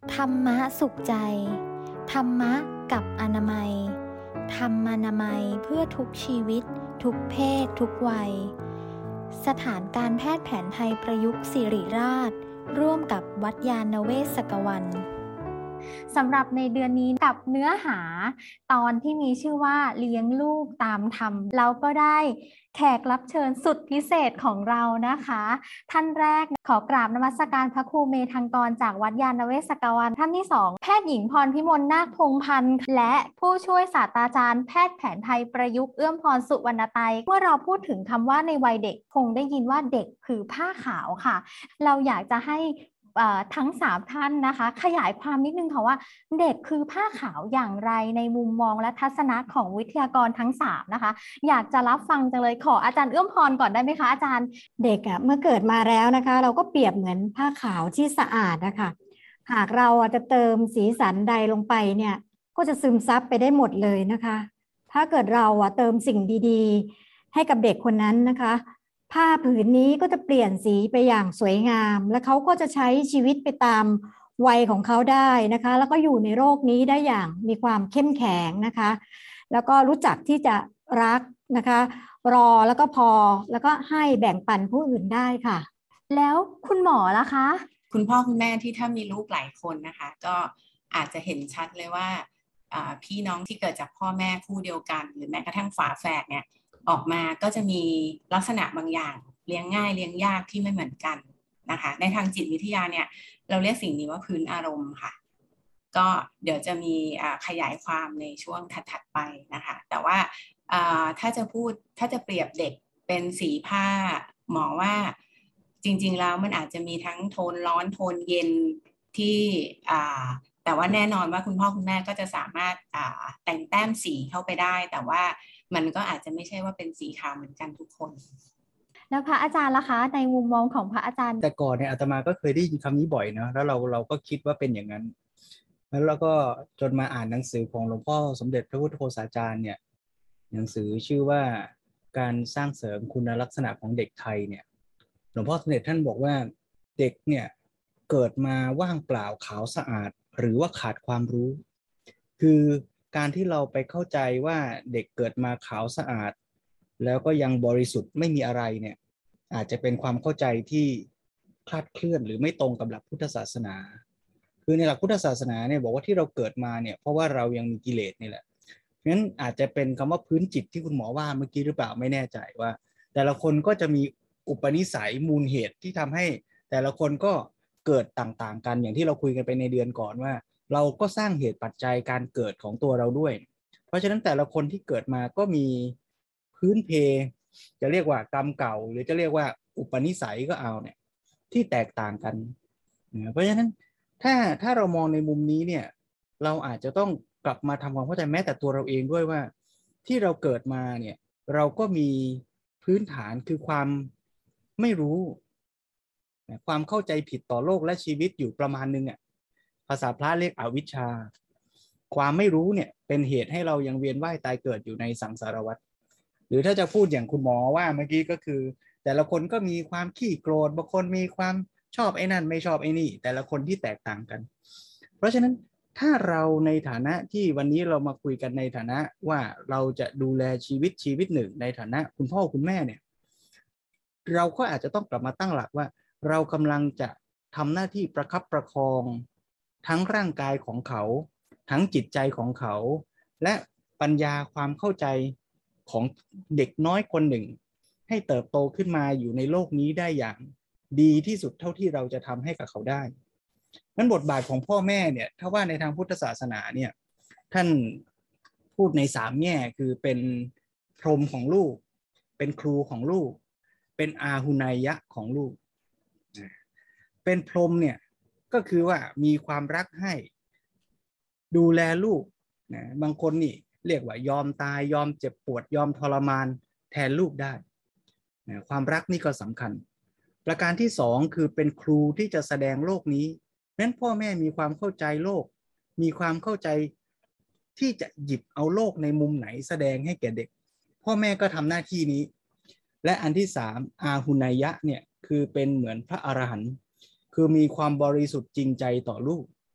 ธรรมะสุขใจธรรมะกับอนามัยธรรมานามัยเพื่อทุกชีวิตทุกเพศทุกวัยสถานการแพทย์แผนไทยประยุกต์ศิริราชร่วมกับวัดยาณเวศกวันสำหรับในเดือนนี้กับเนื้อหาตอนที่มีชื่อว่าเลี้ยงลูกตามธรรมเราก็ได้แขกรับเชิญสุดพิเศษของเรานะคะท่านแรกขอกราบนมัสการพระครูเมธังกรจากวัดยาณเวศกวันท่านที่สองแพทย์หญิงพรพิมลนาคพงษ์พันธ์และผู้ช่วยศาสตราจารย์แพทย์แผนไทยประยุกต์เอื้อมพรสุวรรณไตรเมื่อเราพูดถึงคำว่าในวัยเด็กคงได้ยินว่าเด็กคือผ้าขาวค่ะเราอยากจะให้ทั้ง3ท่านนะคะขยายความนิดนึงค่ะว่าเด็กคือผ้าขาวอย่างไรในมุมมองและทัศนะของวิทยากรทั้ง3นะคะอยากจะรับฟังจังเลยขออาจารย์เอื้อมพรก่อนได้ไหมคะอาจารย์เด็กเมื่อเกิดมาแล้วนะคะเราก็เปรียบเหมือนผ้าขาวที่สะอาดนะคะหากเราจะเติมสีสันใดลงไปเนี่ยก็จะซึมซับไปได้หมดเลยนะคะถ้าเกิดเราเติมสิ่งดีๆให้กับเด็กคนนั้นนะคะผ้าผืนนี้ก็จะเปลี่ยนสีไปอย่างสวยงามและเขาก็จะใช้ชีวิตไปตามวัยของเขาได้นะคะแล้วก็อยู่ในโลกนี้ได้อย่างมีความเข้มแข็งนะคะแล้วก็รู้จักที่จะรักนะคะรอแล้วก็พอแล้วก็ให้แบ่งปันผู้อื่นได้ค่ะแล้วคุณหมอล่ะคะคุณพ่อคุณแม่ที่ถ้ามีลูกหลายคนนะคะก็อาจจะเห็นชัดเลยว่าพี่น้องที่เกิดจากพ่อแม่คู่เดียวกันหรือแม้กระทั่งฝาแฝดเนี่ยออกมาก็จะมีลักษณะบางอย่างเลี้ยงง่ายเลี้ยงยากที่ไม่เหมือนกันนะคะในทางจิตวิทยาเนี่ยเราเรียกสิ่งนี้ว่าพื้นอารมณ์ค่ะก็เดี๋ยวจะมีขยายความในช่วงถัดๆไปนะคะแต่ว่าถ้าจะเปรียบเด็กเป็นสีผ้าหมอว่าจริงๆแล้วมันอาจจะมีทั้งโทนร้อนโทนเย็นที่แต่ว่าแน่นอนว่าคุณพ่อคุณแม่ก็จะสามารถแต่งแต้มสีเข้าไปได้แต่ว่ามันก็อาจจะไม่ใช่ว่าเป็นสีขาวเหมือนกันทุกคนแล้วพระอาจารย์ล่ะคะในมุมมองของพระอาจารย์แต่ก่อนเนี่ยอาตมาก็เคยได้ยินคำนี้บ่อยเนาะแล้วเราก็คิดว่าเป็นอย่างนั้นแล้วเราก็จนมาอ่านหนังสือของหลวงพ่อสมเด็จพระพุทธโฆษาจารย์เนี่ยหนังสือชื่อว่าการสร้างเสริมคุณลักษณะของเด็กไทยเนี่ยหลวงพ่อสมเด็จท่านบอกว่าเด็กเนี่ยเกิดมาว่างเปล่าขาวสะอาดหรือว่าขาดความรู้คือการที่เราไปเข้าใจว่าเด็กเกิดมาขาวสะอาดแล้วก็ยังบริสุทธิ์ไม่มีอะไรเนี่ยอาจจะเป็นความเข้าใจที่คลาดเคลื่อนหรือไม่ตรงกับหลักพุทธศาสนาคือในหลักพุทธศาสนาเนี่ยบอกว่าที่เราเกิดมาเนี่ยเพราะว่าเรายังมีกิเลสนี่แหละงั้นอาจจะเป็นคำว่าพื้นจิตที่คุณหมอว่าเมื่อกี้หรือเปล่าไม่แน่ใจว่าแต่ละคนก็จะมีอุปนิสัยมูลเหตุที่ทำให้แต่ละคนก็เกิดต่างๆกันอย่างที่เราคุยกันไปในเดือนก่อนว่าเราก็สร้างเหตุปัจจัยการเกิดของตัวเราด้วยเพราะฉะนั้นแต่ละคนที่เกิดมาก็มีพื้นเพจะเรียกว่ากรรมเก่าหรือจะเรียกว่าอุปนิสัยก็เอาเนี่ยที่แตกต่างกันเพราะฉะนั้นถ้าเรามองในมุมนี้เนี่ยเราอาจจะต้องกลับมาทำความเข้าใจแม้แต่ตัวเราเองด้วยว่าที่เราเกิดมาเนี่ยเราก็มีพื้นฐานคือความไม่รู้ความเข้าใจผิดต่อโลกและชีวิตอยู่ประมาณนึงภาษาพระเรียกอวิชชาความไม่รู้เนี่ยเป็นเหตุให้เรายังเวียนว่ายตายเกิดอยู่ในสังสารวัฏหรือถ้าจะพูดอย่างคุณหมอว่าเมื่อกี้ก็คือแต่ละคนก็มีความขี้โกรธบางคนมีความชอบไอ้นั่นไม่ชอบไอ้นี่แต่ละคนที่แตกต่างกันเพราะฉะนั้นถ้าเราในฐานะที่วันนี้เรามาคุยกันในฐานะว่าเราจะดูแลชีวิตหนึ่งในฐานะคุณพ่อคุณแม่เนี่ยเราก็อาจจะต้องกลับมาตั้งหลักว่าเรากำลังจะทำหน้าที่ประคับประคองทั้งร่างกายของเขาทั้งจิตใจของเขาและปัญญาความเข้าใจของเด็กน้อยคนหนึ่งให้เติบโตขึ้นมาอยู่ในโลกนี้ได้อย่างดีที่สุดเท่าที่เราจะทำให้กับเขาได้นั้นบทบาทของพ่อแม่เนี่ยถ้าว่าในทางพุทธศาสนาเนี่ยท่านพูดใน3แง่คือเป็นพรหมของลูกเป็นครูของลูกเป็นอาหุนายะของลูกเป็นพรหมเนี่ยก็คือว่ามีความรักให้ดูแลลูกนะบางคนนี่เรียกว่ายอมตายยอมเจ็บปวดยอมทรมานแทนลูกได้นะความรักนี่ก็สำคัญประการที่2คือเป็นครูที่จะแสดงโลกนี้นั้นพ่อแม่มีความเข้าใจโลกมีความเข้าใจที่จะหยิบเอาโลกในมุมไหนแสดงให้แก่เด็กพ่อแม่ก็ทำหน้าที่นี้และอันที่3อาหุนายะเนี่ยคือเป็นเหมือนพระอรหันต์คือมีความบริสุทธิ์จริงใจต่อลูก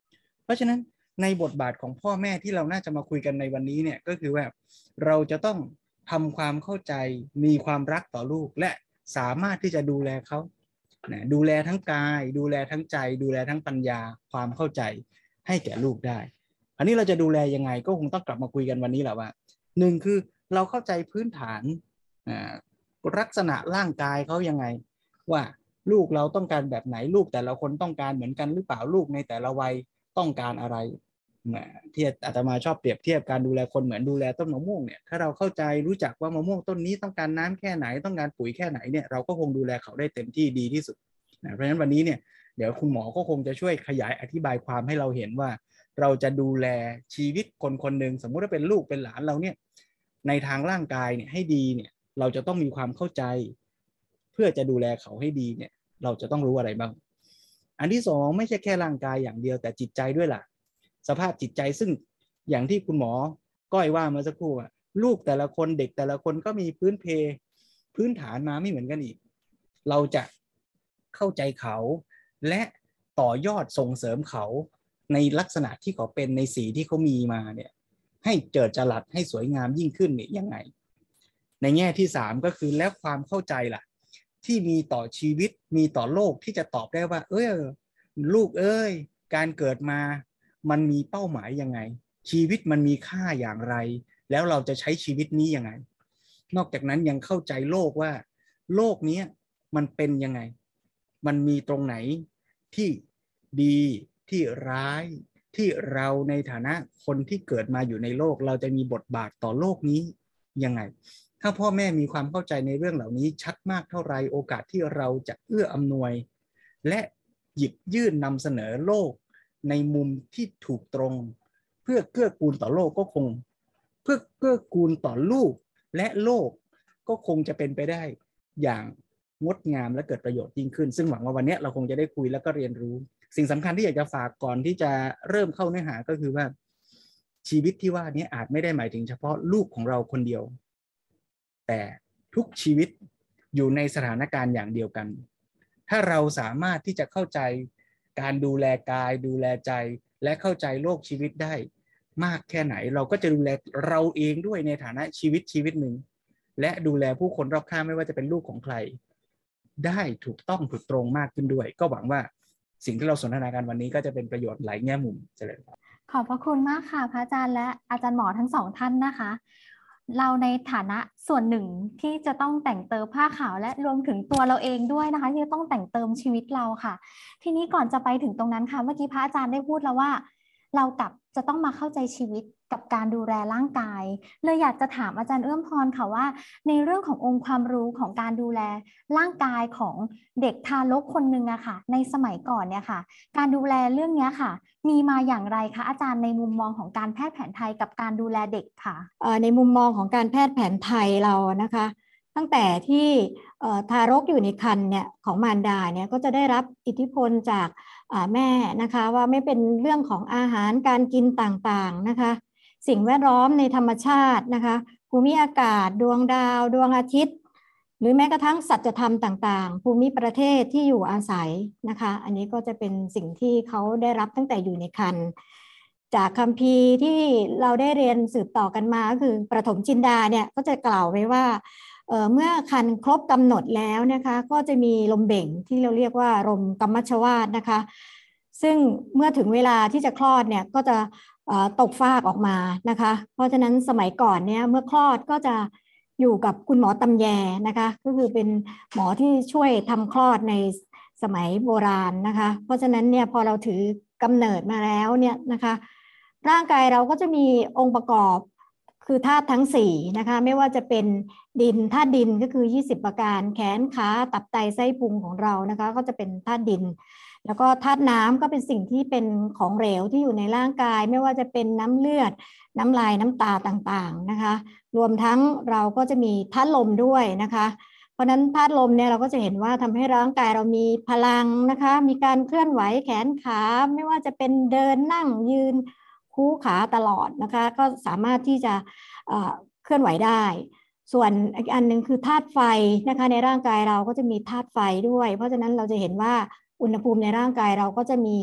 ราะฉะนั้นในบทบาทของพ่อแม่ที่เราน่าจะมาคุยกันในวันนี้เนี่ยก็คือว่าเราจะต้องทำความเข้าใจมีความรักต่อลูกและสามารถที่จะดูแลเขาดูแลทั้งกายดูแลทั้งใจดูแลทั้งปัญญาความเข้าใจให้แก่ลูกได้อันนี้เราจะดูแลยังไงก็คงต้องกลับมาคุยกันวันนี้แหละว่าหนึ่งคือเราเข้าใจพื้นฐานลักษณะร่างกายเขายังไงว่าลูกเราต้องการแบบไหนลูกแต่ละคนต้องการเหมือนกันหรือเปล่าลูกในแต่ละวัยต้องการอะไรที่อาตมาชอบเปรียบเทียบการดูแลคนเหมือนดูแลต้นมะม่วงเนี่ยถ้าเราเข้าใจรู้จักว่ามะม่วงต้นนี้ต้องการน้ำแค่ไหนต้องการปุ๋ยแค่ไหนเนี่ยเราก็คงดูแลเขาได้เต็มที่ดีที่สุดเพราะฉะนั้นวันนี้เนี่ยเดี๋ยวคุณหมอก็คงจะช่วยขยายอธิบายความให้เราเห็นว่าเราจะดูแลชีวิตคนคนหนึ่งสมมุติว่าเป็นลูกเป็นหลานเราเนี่ยในทางร่างกายเนี่ยให้ดีเนี่ยเราจะต้องมีความเข้าใจเพื่อจะดูแลเขาให้ดีเนี่ยเราจะต้องรู้อะไรบ้างอันที่สองไม่ใช่แค่ร่างกายอย่างเดียวแต่จิตใจด้วยล่ะสภาพจิตใจซึ่งอย่างที่คุณหมอก้อยว่าเมื่อสักครู่ลูกแต่ละคนเด็กแต่ละคนก็มีพื้นฐานมาไม่เหมือนกันอีกเราจะเข้าใจเขาและต่อยอดส่งเสริมเขาในลักษณะที่เขาเป็นในสีที่เขามีมาเนี่ยให้เจิดจรัสให้สวยงามยิ่งขึ้นเนี่ยยังไงในแง่ที่สามก็คือแล้วความเข้าใจล่ะที่มีต่อชีวิตมีต่อโลกที่จะตอบได้ว่าลูกการเกิดมามันมีเป้าหมายยังไงชีวิตมันมีค่าอย่างไรแล้วเราจะใช้ชีวิตนี้ยังไงนอกจากนั้นยังเข้าใจโลกว่าโลกนี้มันเป็นยังไงมันมีตรงไหนที่ดีที่ร้ายที่เราในฐานะคนที่เกิดมาอยู่ในโลกเราจะมีบทบาทต่อโลกนี้ยังไงถ้าพ่อแม่มีความเข้าใจในเรื่องเหล่านี้ชัดมากเท่าไรโอกาสที่เราจะเอื้ออำนวยและหยิบยื่นนำเสนอโลกในมุมที่ถูกตรงเพื่อเกื้อกูลต่อโลกก็คงเพื่อเกื้อกูลต่อลูกและโลกก็คงจะเป็นไปได้อย่างงดงามและเกิดประโยชน์ยิ่งขึ้นซึ่งหวังว่าวันนี้เราคงจะได้คุยแล้วก็เรียนรู้สิ่งสำคัญที่อยากจะฝากก่อนที่จะเริ่มเข้าเนื้อหาก็คือว่าชีวิตที่ว่านี้อาจไม่ได้หมายถึงเฉพาะลูกของเราคนเดียวแต่ทุกชีวิตอยู่ในสถานการณ์อย่างเดียวกันถ้าเราสามารถที่จะเข้าใจการดูแลกายดูแลใจและเข้าใจโลกชีวิตได้มากแค่ไหนเราก็จะดูแลเราเองด้วยในฐานะชีวิตหนึ่งและดูแลผู้คนรอบข้างไม่ว่าจะเป็นลูกของใครได้ถูกต้องถูกตรงมากขึ้นด้วยก็หวังว่าสิ่งที่เราสนทนากันวันนี้ก็จะเป็นประโยชน์หลายแง่มุมเจริญครับขอบพระคุณมากค่ะพระอาจารย์และอาจารย์หมอทั้งสองท่านนะคะเราในฐานะส่วนหนึ่งที่จะต้องแต่งเติมผ้าขาวและรวมถึงตัวเราเองด้วยนะคะที่จะต้องแต่งเติมชีวิตเราค่ะทีนี้ก่อนจะไปถึงตรงนั้นค่ะเมื่อกี้พระอาจารย์ได้พูดแล้วว่าเรากับจะต้องมาเข้าใจชีวิตกับการดูแลร่างกายเลยอยากจะถามอาจารย์เอื้อมพรค่ะว่าในเรื่องขององค์ความรู้ของการดูแลร่างกายของเด็กทารกคนหนึ่งอะค่ะในสมัยก่อนเนี่ยค่ะการดูแลเรื่องนี้ค่ะมีมาอย่างไรคะอาจารย์ในมุมมองของการแพทย์แผนไทยกับการดูแลเด็กค่ะในมุมมองของการแพทย์แผนไทยเรานะคะตั้งแต่ที่ทารกอยู่ในครรภ์เนี่ยของมารดาเนี่ยก็จะได้รับอิทธิพลจากแม่นะคะว่าไม่เป็นเรื่องของอาหารการกินต่างๆนะคะสิ่งแวดล้อมในธรรมชาตินะคะภูมิอากาศดวงดาวดวงอาทิตย์หรือแม้กระทั่งสัจธรรมต่างๆภูมิประเทศที่อยู่อาศัยนะคะอันนี้ก็จะเป็นสิ่งที่เขาได้รับตั้งแต่อยู่ในครรภ์จากคัมภีร์ที่เราได้เรียนสืบต่อกันมาก็คือประถมจินดาเนี่ยก็จะกล่าวไว้ว่าเมื่อครรภ์ครบกำหนดแล้วนะคะก็จะมีลมเบ่งที่เราเรียกว่าลมกัมมัชวาสนะคะซึ่งเมื่อถึงเวลาที่จะคลอดเนี่ยก็จะตกฟากออกมานะคะเพราะฉะนั้นสมัยก่อนเนี่ยเมื่อคลอดก็จะอยู่กับคุณหมอตำแยนะคะก็คือเป็นหมอที่ช่วยทำคลอดในสมัยโบราณนะคะเพราะฉะนั้นเนี่ยพอเราถือกำเนิดมาแล้วเนี่ยนะคะร่างกายเราก็จะมีองค์ประกอบคือธาตุทั้ง4นะคะไม่ว่าจะเป็นดินธาตุดินก็คือ20ประการแขนขาตับไตไส้พุงของเรานะคะก็จะเป็นธาตุดินแล้วก็ธาตุน้ำก็เป็นสิ่งที่เป็นของเหลวที่อยู่ในร่างกายไม่ว่าจะเป็นน้ำเลือดน้ำลายน้ำตาต่างๆนะคะรวมทั้งเราก็จะมีธาตุลมด้วยนะคะเพราะนั้นธาตุลมเนี่ยเราก็จะเห็นว่าทำให้ร่างกายเรามีพลังนะคะมีการเคลื่อนไหวแขนขาไม่ว่าจะเป็นเดินนั่งยืนคู่ขาตลอดนะคะก็สามารถที่จะเคลื่อนไหวได้ส่วนอีกอันหนึ่งคือธาตุไฟนะคะในร่างกายเราก็จะมีธาตุไฟด้วยเพราะฉะนั้นเราจะเห็นว่าอุณหภูมิในร่างกายเราก็จะมี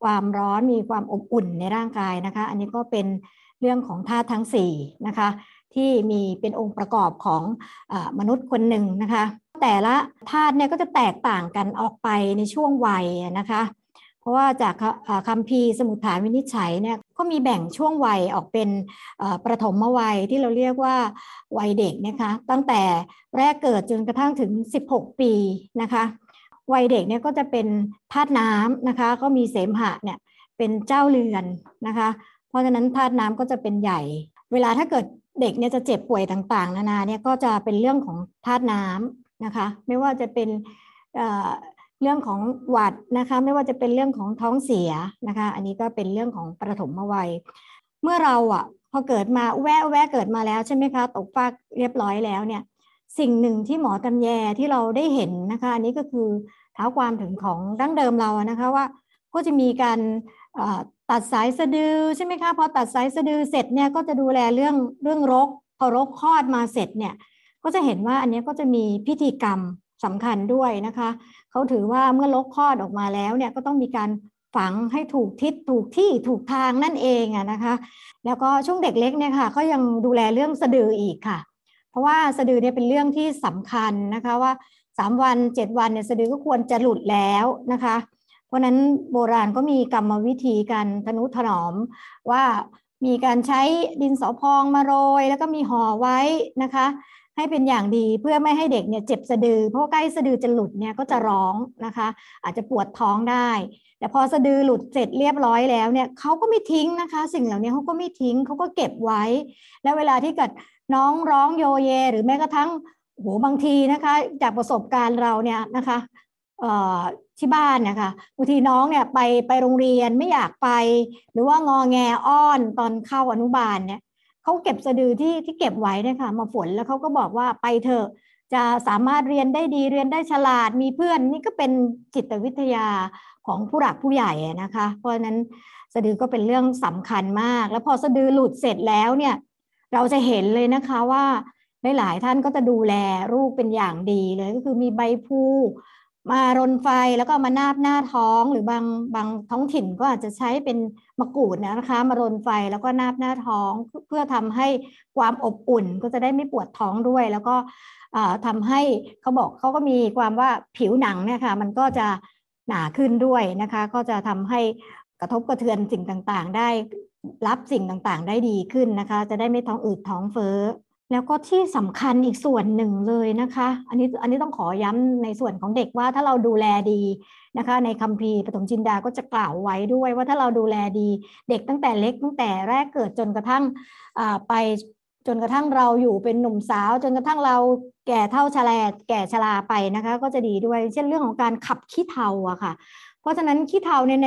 ความร้อนมีความอบอุ่นในร่างกายนะคะอันนี้ก็เป็นเรื่องของธาตุทั้ง4นะคะที่มีเป็นองค์ประกอบของมนุษย์คนหนึ่งนะคะแต่ละธาตุเนี่ยก็จะแตกต่างกันออกไปในช่วงวัยนะคะเพราะว่าจากคัมภีร์สมุทฐานวินิจฉัยเนี่ยก็มีแบ่งช่วงวัยออกเป็นประถมวัยที่เราเรียกว่าวัยเด็กนะคะตั้งแต่แรกเกิดจนกระทั่งถึง16 ปีนะคะวัยเด็กเนี่ยก็จะเป็นธาตุน้ำนะคะก็มีเสมหะเนี่ยเป็นเจ้าเรือนนะคะเพราะฉะนั้นธาตุน้ำก็จะเป็นใหญ่เวลาถ้าเกิดเด็กเนี่ยจะเจ็บป่วยต่างๆนานาเนี่ยก็จะเป็นเรื่องของธาตุน้ำนะคะไม่ว่าจะเป็นเรื่องของหวัดนะคะไม่ว่าจะเป็นเรื่องของท้องเสียนะคะอันนี้ก็เป็นเรื่องของประถมวัยเมื่อเราพอเกิดมาแวะเกิดมาแล้วใช่ไหมคะตกฟากเรียบร้อยแล้วเนี่ยสิ่งหนึ่งที่หมอตำแยที่เราได้เห็นนะคะอันนี้ก็คือเท้าความถึงของดั้งเดิมเรานะคะว่าก็จะมีการตัดสายสะดือใช่ไหมคะพอตัดสายสะดือเสร็จเนี่ยก็จะดูแลเรื่องรกพอรกคลอดมาเสร็จเนี่ยก็จะเห็นว่าอันนี้ก็จะมีพิธีกรรมสำคัญด้วยนะคะเขาถือว่าเมื่อรกคลอดออกมาแล้วเนี่ยก็ต้องมีการฝังให้ถูกทิศถูกที่ถูกทางนั่นเองนะคะแล้วก็ช่วงเด็กเล็กเนี่ยค่ะก็ยังดูแลเรื่องสะดืออีกค่ะเพราะว่าสะดือเนี่ยเป็นเรื่องที่สำคัญนะคะว่า3 วัน7 วันเนี่ยสะดือก็ควรจะหลุดแล้วนะคะเพราะนั้นโบราณก็มีกรรมวิธีการทนุถนอมว่ามีการใช้ดินสอพองมาโรยแล้วก็มีห่อไว้นะคะให้เป็นอย่างดีเพื่อไม่ให้เด็กเนี่ยเจ็บสะดือเพราะใกล้สะดือจะหลุดเนี่ยก็จะร้องนะคะอาจจะปวดท้องได้แต่พอสะดือหลุดเสร็จเรียบร้อยแล้วเนี่ยเขาก็ไม่ทิ้งนะคะสิ่งเหล่านี้เขาก็ไม่ทิ้งเขาก็เก็บไว้แล้วเวลาที่เกิดน้องร้องโยเยหรือแม้กระทั่งโหบางทีนะคะจากประสบการณ์เราเนี่ยนะคะที่บ้านนะคะบางทีน้องเนี่ยไปโรงเรียนไม่อยากไปหรือว่างอแงอ้อนตอนเข้าอนุบาลเนี่ยเขาเก็บสะดือที่เก็บไว้เนี่ยค่ะมาฝนแล้วเขาก็บอกว่าไปเถอะจะสามารถเรียนได้ดีเรียนได้ฉลาดมีเพื่อนนี่ก็เป็นจิตวิทยาของผู้หลักผู้ใหญ่นะคะเพราะฉะนั้นสะดือก็เป็นเรื่องสำคัญมากแล้วพอสะดือหลุดเสร็จแล้วเนี่ยเราจะเห็นเลยนะคะว่าหลายๆท่านก็จะดูแลลูกเป็นอย่างดีเลยก็คือมีใบพลูมารนไฟแล้วก็มานาบหน้าท้องหรือบางท้องถิ่นก็อาจจะใช้เป็นมะกรูดนะคะมารนไฟแล้วก็นาบหน้าท้องเพื่อทำให้ความอบอุ่นก็จะได้ไม่ปวดท้องด้วยแล้วก็ทำให้เขาก็มีความว่าผิวหนังเนี่ยค่ะมันก็จะหนาขึ้นด้วยนะคะก็จะทำให้กระทบกระเทือนสิ่งต่างๆได้รับสิ่งต่างๆได้ดีขึ้นนะคะจะได้ไม่ท้องอืดท้องเฟ้อแล้วก็ที่สำคัญอีกส่วนหนึ่งเลยนะคะอันนี้ต้องขอย้ำในส่วนของเด็กว่าถ้าเราดูแลดีนะคะในคัมภีร์ปฐมจินดาก็จะกล่าวไว้ด้วยว่าถ้าเราดูแลดีเด็กตั้งแต่เล็กตั้งแต่แรกเกิดจนกระทั่งไปจนกระทั่งเราอยู่เป็นหนุ่มสาวจนกระทั่งเราแก่เฒ่าแก่ชราไปนะคะก็จะดีด้วยเช่นเรื่องของการขับขี้เถ้าอะค่ะเพราะฉะนั้นขี้เถ้าใน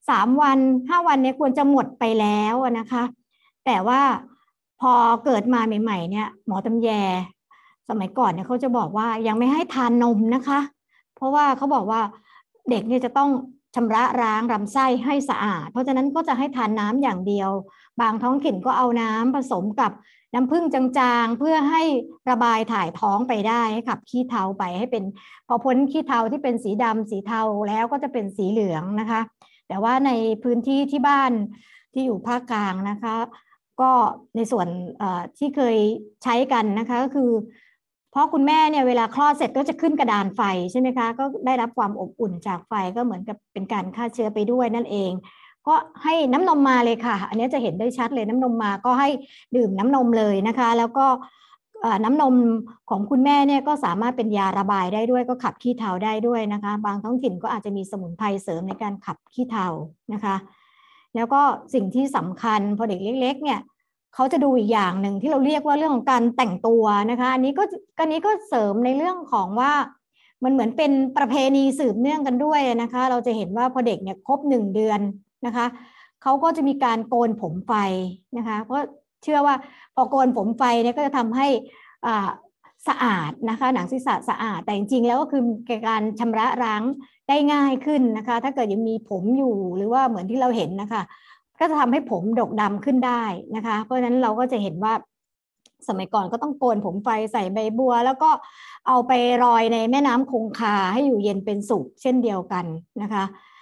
3 วัน5 วันเนี่ยควรจะหมดไปแล้วนะคะแต่ว่าพอเกิดมาใหม่ๆเนี่ยหมอตำแยสมัยก่อนเนี่ยเขาจะบอกว่ายังไม่ให้ทานนมนะคะเพราะว่าเขาบอกว่าเด็กเนี่ยจะต้องชำระล้างลำไส้ให้สะอาดเพราะฉะนั้นก็จะให้ทานน้ำอย่างเดียวบางท้องถิ่นก็เอาน้ำผสมกับน้ำผึ้งจางๆเพื่อให้ระบายถ่ายท้องไปได้ให้ขับขี้เถ้าไปให้เป็นพอพ้นขี้เถ้าที่เป็นสีดำสีเทาแล้วก็จะเป็นสีเหลืองนะคะแต่ว่าในพื้นที่ที่บ้านที่อยู่ภาคกลางนะคะก็ในส่วนที่เคยใช้กันนะคะก็คือเพราะคุณแม่เนี่ยเวลาคลอดเสร็จก็จะขึ้นกระดานไฟใช่ไหมคะก็ได้รับความอบอุ่นจากไฟก็เหมือนกับเป็นการฆ่าเชื้อไปด้วยนั่นเองก็ให้น้ำนมมาเลยค่ะอันนี้จะเห็นได้ชัดเลยน้ำนมมาก็ให้ดื่มน้ำนมเลยนะคะแล้วก็น้ำนมของคุณแม่เนี่ยก็สามารถเป็นยาระบายได้ด้วยก็ขับขี้เถ้าได้ด้วยนะคะบางท้องถิ่นก็อาจจะมีสมุนไพรเสริมในการขับขี้เถ้านะคะแล้วก็สิ่งที่สำคัญพอเด็กเล็กๆเนี่ยเขาจะดูอีกอย่างหนึ่งที่เราเรียกว่าเรื่องของการแต่งตัวนะคะอันนี้ก็เสริมในเรื่องของว่ามันเหมือนเป็นประเพณีสืบเนื่องกันด้วยนะคะเราจะเห็นว่าพอเด็กเนี่ยครบ1 เดือนนะคะเขาก็จะมีการโกนผมไฟนะคะเพราะเชื่อว่าพอโกนผมไฟเนี่ยก็จะทำให้สะอาดนะคะหนังศีรษะสะอาดแต่จริงๆแล้วก็คือการชำระล้างได้ง่ายขึ้นนะคะถ้าเกิดยังมีผมอยู่หรือว่าเหมือนที่เราเห็นนะคะก็จะทำให้ผมดกดำขึ้นได้นะคะเพราะฉะนั้นเราก็จะเห็นว่าสมัยก่อนก็ต้องโกนผมไฟใส่ใบบัวแล้วก็เอาไปลอยในแม่น้ำคงคาให้อยู่เย็นเป็นสุขเช่นเดียวกันนะคะ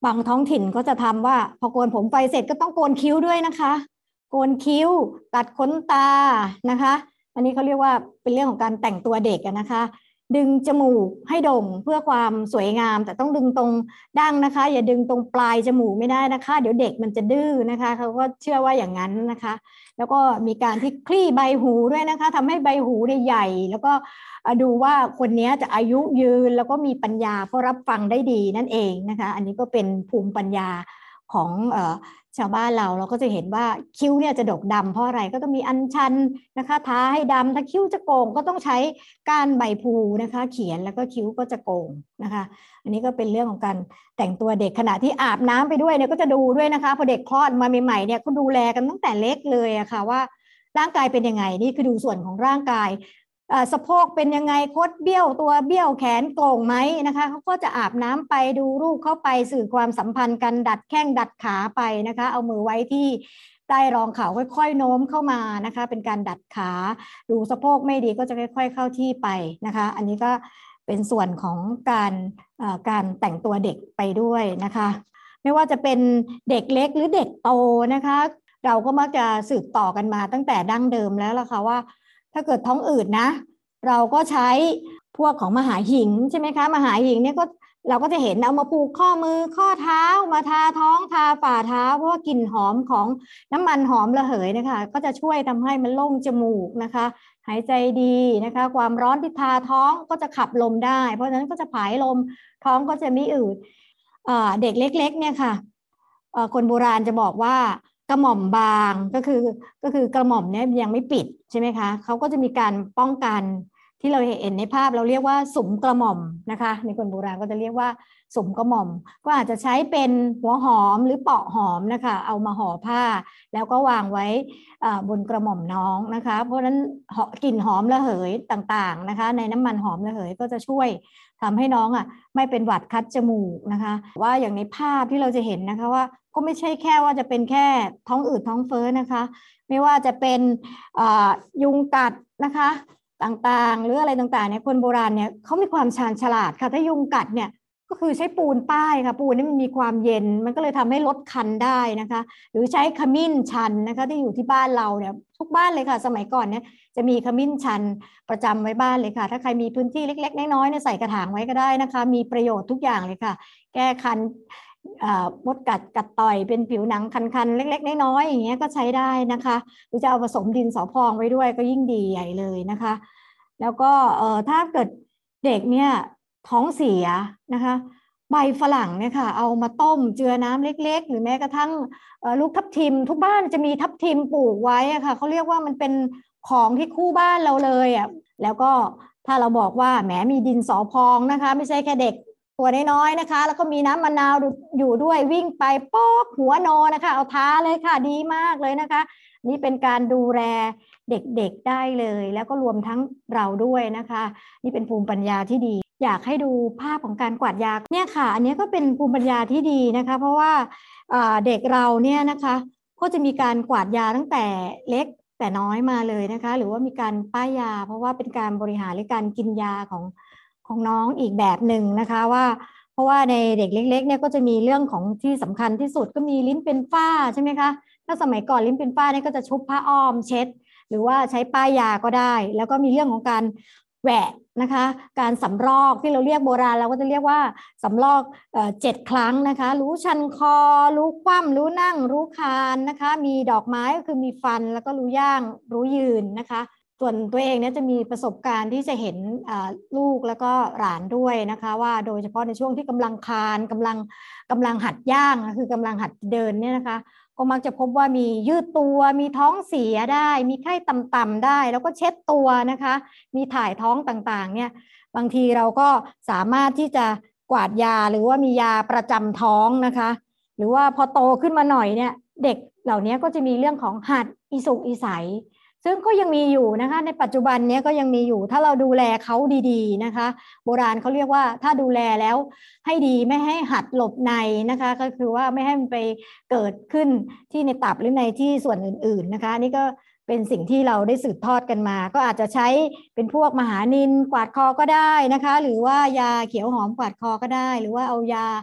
บางท้องถิ่นก็จะทำว่าพอโกนผมไฟเสร็จก็ต้องโกนคิ้วด้วยนะคะโกนคิ้วตัดขนตานะคะอันนี้เขาเรียกว่าเป็นเรื่องของการแต่งตัวเด็กนะคะดึงจมูกให้โด่งเพื่อความสวยงามแต่ต้องดึงตรงดั้งนะคะอย่าดึงตรงปลายจมูกไม่ได้นะคะเดี๋ยวเด็กมันจะดื้อนะคะเขาก็เชื่อว่าอย่างนั้นนะคะแล้วก็มีการที่คลี่ใบหูด้วยนะคะทำให้ใบหูใหญ่แล้วก็ดูว่าคนนี้จะอายุยืนแล้วก็มีปัญญาเพราะรับฟังได้ดีนั่นเองนะคะอันนี้ก็เป็นภูมิปัญญาของชาวบ้านเราก็จะเห็นว่าคิ้วเนี่ยจะดกดำเพราะอะไรก็ต้องมีอัญชันนะคะทาให้ดำถ้าคิ้วจะโกงก็ต้องใช้ก้านใบพลูนะคะเขียนแล้วก็คิ้วก็จะโกงนะคะอันนี้ก็เป็นเรื่องของการแต่งตัวเด็กขณะที่อาบน้ำไปด้วยเนี่ยก็จะดูด้วยนะคะพอเด็กคลอดมาใหม่ๆเนี่ยก็ดูแลกันตั้งแต่เล็กเลยอะค่ะว่าร่างกายเป็นยังไงนี่คือดูส่วนของร่างกายสะโพกเป็นยังไงคดเบี้ยวตัวเบี้ยวแขนโก่งไหมนะคะเขาก็จะอาบน้ำไปดูรูปเข้าไปสื่อความสัมพันธ์กันดัดแข้งดัดขาไปนะคะเอามือไว้ที่ใต้รองเข่าค่อยๆโน้มเข้ามานะคะเป็นการดัดขาดูสะโพกไม่ดีก็จะค่อยๆเข้าที่ไปนะคะอันนี้ก็เป็นส่วนของการแต่งตัวเด็กไปด้วยนะคะไม่ว่าจะเป็นเด็กเล็กหรือเด็กโตนะคะเราก็มักจะสืบต่อกันมาตั้งแต่ดั้งเดิมแล้วล่ะค่ะว่าถ้าเกิดท้องอืดนะเราก็ใช้พวกของมหาหิงใช่ไหมคะมหาหิงเนี่ยก็เราก็จะเห็นเอามาผูกข้อมือข้อเท้ามาทาท้องทาฝ่าเท้าเพราะว่ากลิ่นหอมของน้ำมันหอมระเหยนะคะก็จะช่วยทำให้มันโล่งจมูกนะคะหายใจดีนะคะความร้อนที่ทาท้องก็จะขับลมได้เพราะฉะนั้นก็จะผายลมท้องก็จะไม่อืดเด็กเล็กๆเนี่ยค่ะคนโบราณจะบอกว่ากระหม่อมบางก็คือกระหม่อมเนี่ยยังไม่ปิดใช่ไหมคะเขาก็จะมีการป้องกันที่เราเห็นในภาพเราเรียกว่าสุมกระหม่อมนะคะในคนโบราณก็จะเรียกว่าสุมกระหม่อมก็อาจจะใช้เป็นหัวหอมหรือเปาะหอมนะคะเอามาห่อผ้าแล้วก็วางไว้บนกระหม่อมน้องนะคะเพราะฉะนั้นกลิ่นหอมระเหยต่างๆนะคะในน้ำมันหอมระเหยก็จะช่วยทำให้น้องไม่เป็นหวัดคัดจมูกนะคะว่าอย่างในภาพที่เราจะเห็นนะคะว่าก็ไม่ใช่แค่ว่าจะเป็นแค่ท้องอืดท้องเฟ้อนะคะไม่ว่าจะเป็นยุงกัดนะคะต่างๆหรืออะไรต่างๆเนี่ยคนโบราณเนี่ยเขามีความชาญฉลาดค่ะถ้ายุงกัดเนี่ยก็คือใช้ปูนป้ายค่ะปูนนี่มันมีความเย็นมันก็เลยทำให้ลดคันได้นะคะหรือใช้ขมิ้นชันนะคะที่อยู่ที่บ้านเราเนี่ยทุกบ้านเลยค่ะสมัยก่อนเนี่ยจะมีขมิ้นชันประจำไว้บ้านเลยค่ะถ้าใครมีพื้นที่เล็กๆน้อยๆเนี่ยใส่กระถางไว้ก็ได้นะคะมีประโยชน์ทุกอย่างเลยค่ะแก้คันมดกัดต่อยเป็นผิวหนังคันๆเล็กๆน้อยๆอย่างเงี้ยก็ใช้ได้นะคะหรือจะเอาผสมดินสอพองไว้ด้วยก็ยิ่งดีใหญ่เลยนะคะแล้วก็ถ้าเกิดเด็กเนี่ยท้องเสียนะคะใบฝรั่งเนี่ยค่ะเอามาต้มเจือน้ำเล็กๆหรือแม้กระทั่งลูกทับทิมทุกบ้านจะมีทับทิมปลูกไว้ค่ะเขาเรียกว่ามันเป็นของที่คู่บ้านเราเลยแล้วก็ถ้าเราบอกว่าแหมมีดินสอพองนะคะไม่ใช่แค่เด็กตัวน้อยๆนะคะแล้วก็มีน้ำมะนาวอยู่ด้วยวิ่งไปป๊อกหัวโนนะคะเอาทาเลยค่ะดีมากเลยนะคะนี่เป็นการดูแลเด็กๆได้เลยแล้วก็รวมทั้งเราด้วยนะคะนี่เป็นภูมิปัญญาที่ดีอยากให้ดูภาพของการกวาดยาเนี่ยค่ะอันนี้ก็เป็นภูมิปัญญาที่ดีนะคะเพราะว่าเด็กเราเนี่ยนะคะก็จะมีการกวาดยาตั้งแต่เล็กแต่น้อยมาเลยนะคะหรือว่ามีการป้ายยาเพราะว่าเป็นการบริหารหรือการกินยาของน้องอีกแบบหนึ่งนะคะว่าเพราะว่าในเด็กเล็กๆเนี่ยก็จะมีเรื่องของที่สำคัญที่สุดก็มีลิ้นเป็นฝ้าใช่ไหมคะถ้าสมัยก่อนลิ้นเป็นฝ้าเนี่ยก็จะชุบผ้าอ้อมเช็ดหรือว่าใช้ป้ายยาก็ได้แล้วก็มีเรื่องของการแหวะนะคะการสำรอกที่เราเรียกโบราณเราก็จะเรียกว่าสำรอก7 ครั้งนะคะรู้ชันคอรู้คว่ำรู้นั่งรู้คานนะคะมีดอกไม้ก็คือมีฟันแล้วก็รู้ย่างรู้ยืนนะคะส่วนตัวเองเนี่ยจะมีประสบการณ์ที่จะเห็นลูกแล้วก็หลานด้วยนะคะว่าโดยเฉพาะในช่วงที่กำลังคานกำลังหัดย่างคือกำลังหัดเดินเนี่ยนะคะก็มักจะพบว่ามียืดตัวมีท้องเสียได้มีไข้ต่ำๆได้แล้วก็เช็ดตัวนะคะมีถ่ายท้องต่างๆเนี่ยบางทีเราก็สามารถที่จะกวาดยาหรือว่ามียาประจำท้องนะคะหรือว่าพอโตขึ้นมาหน่อยเนี่ยเด็กเหล่านี้ก็จะมีเรื่องของหัดอีสุกอีใสซึ่งก็ยังมีอยู่นะคะในปัจจุบันนี้ก็ยังมีอยู่ถ้าเราดูแลเขาดีๆนะคะโบราณเขาเรียกว่าถ้าดูแลแล้วให้ดีไม่ให้หัดหลบในนะคะก็คือว่าไม่ให้มันไปเกิดขึ้นที่ในตับหรือในที่ส่วนอื่นๆนะคะนี่ก็เป็นสิ่งที่เราได้สืบทอดกันมาก็อาจจะใช้เป็นพวกมหานิลกวาดคอก็ได้นะคะหรือว่ายาเขียวหอมกวาดคอก็ได้หรือว่าเอายา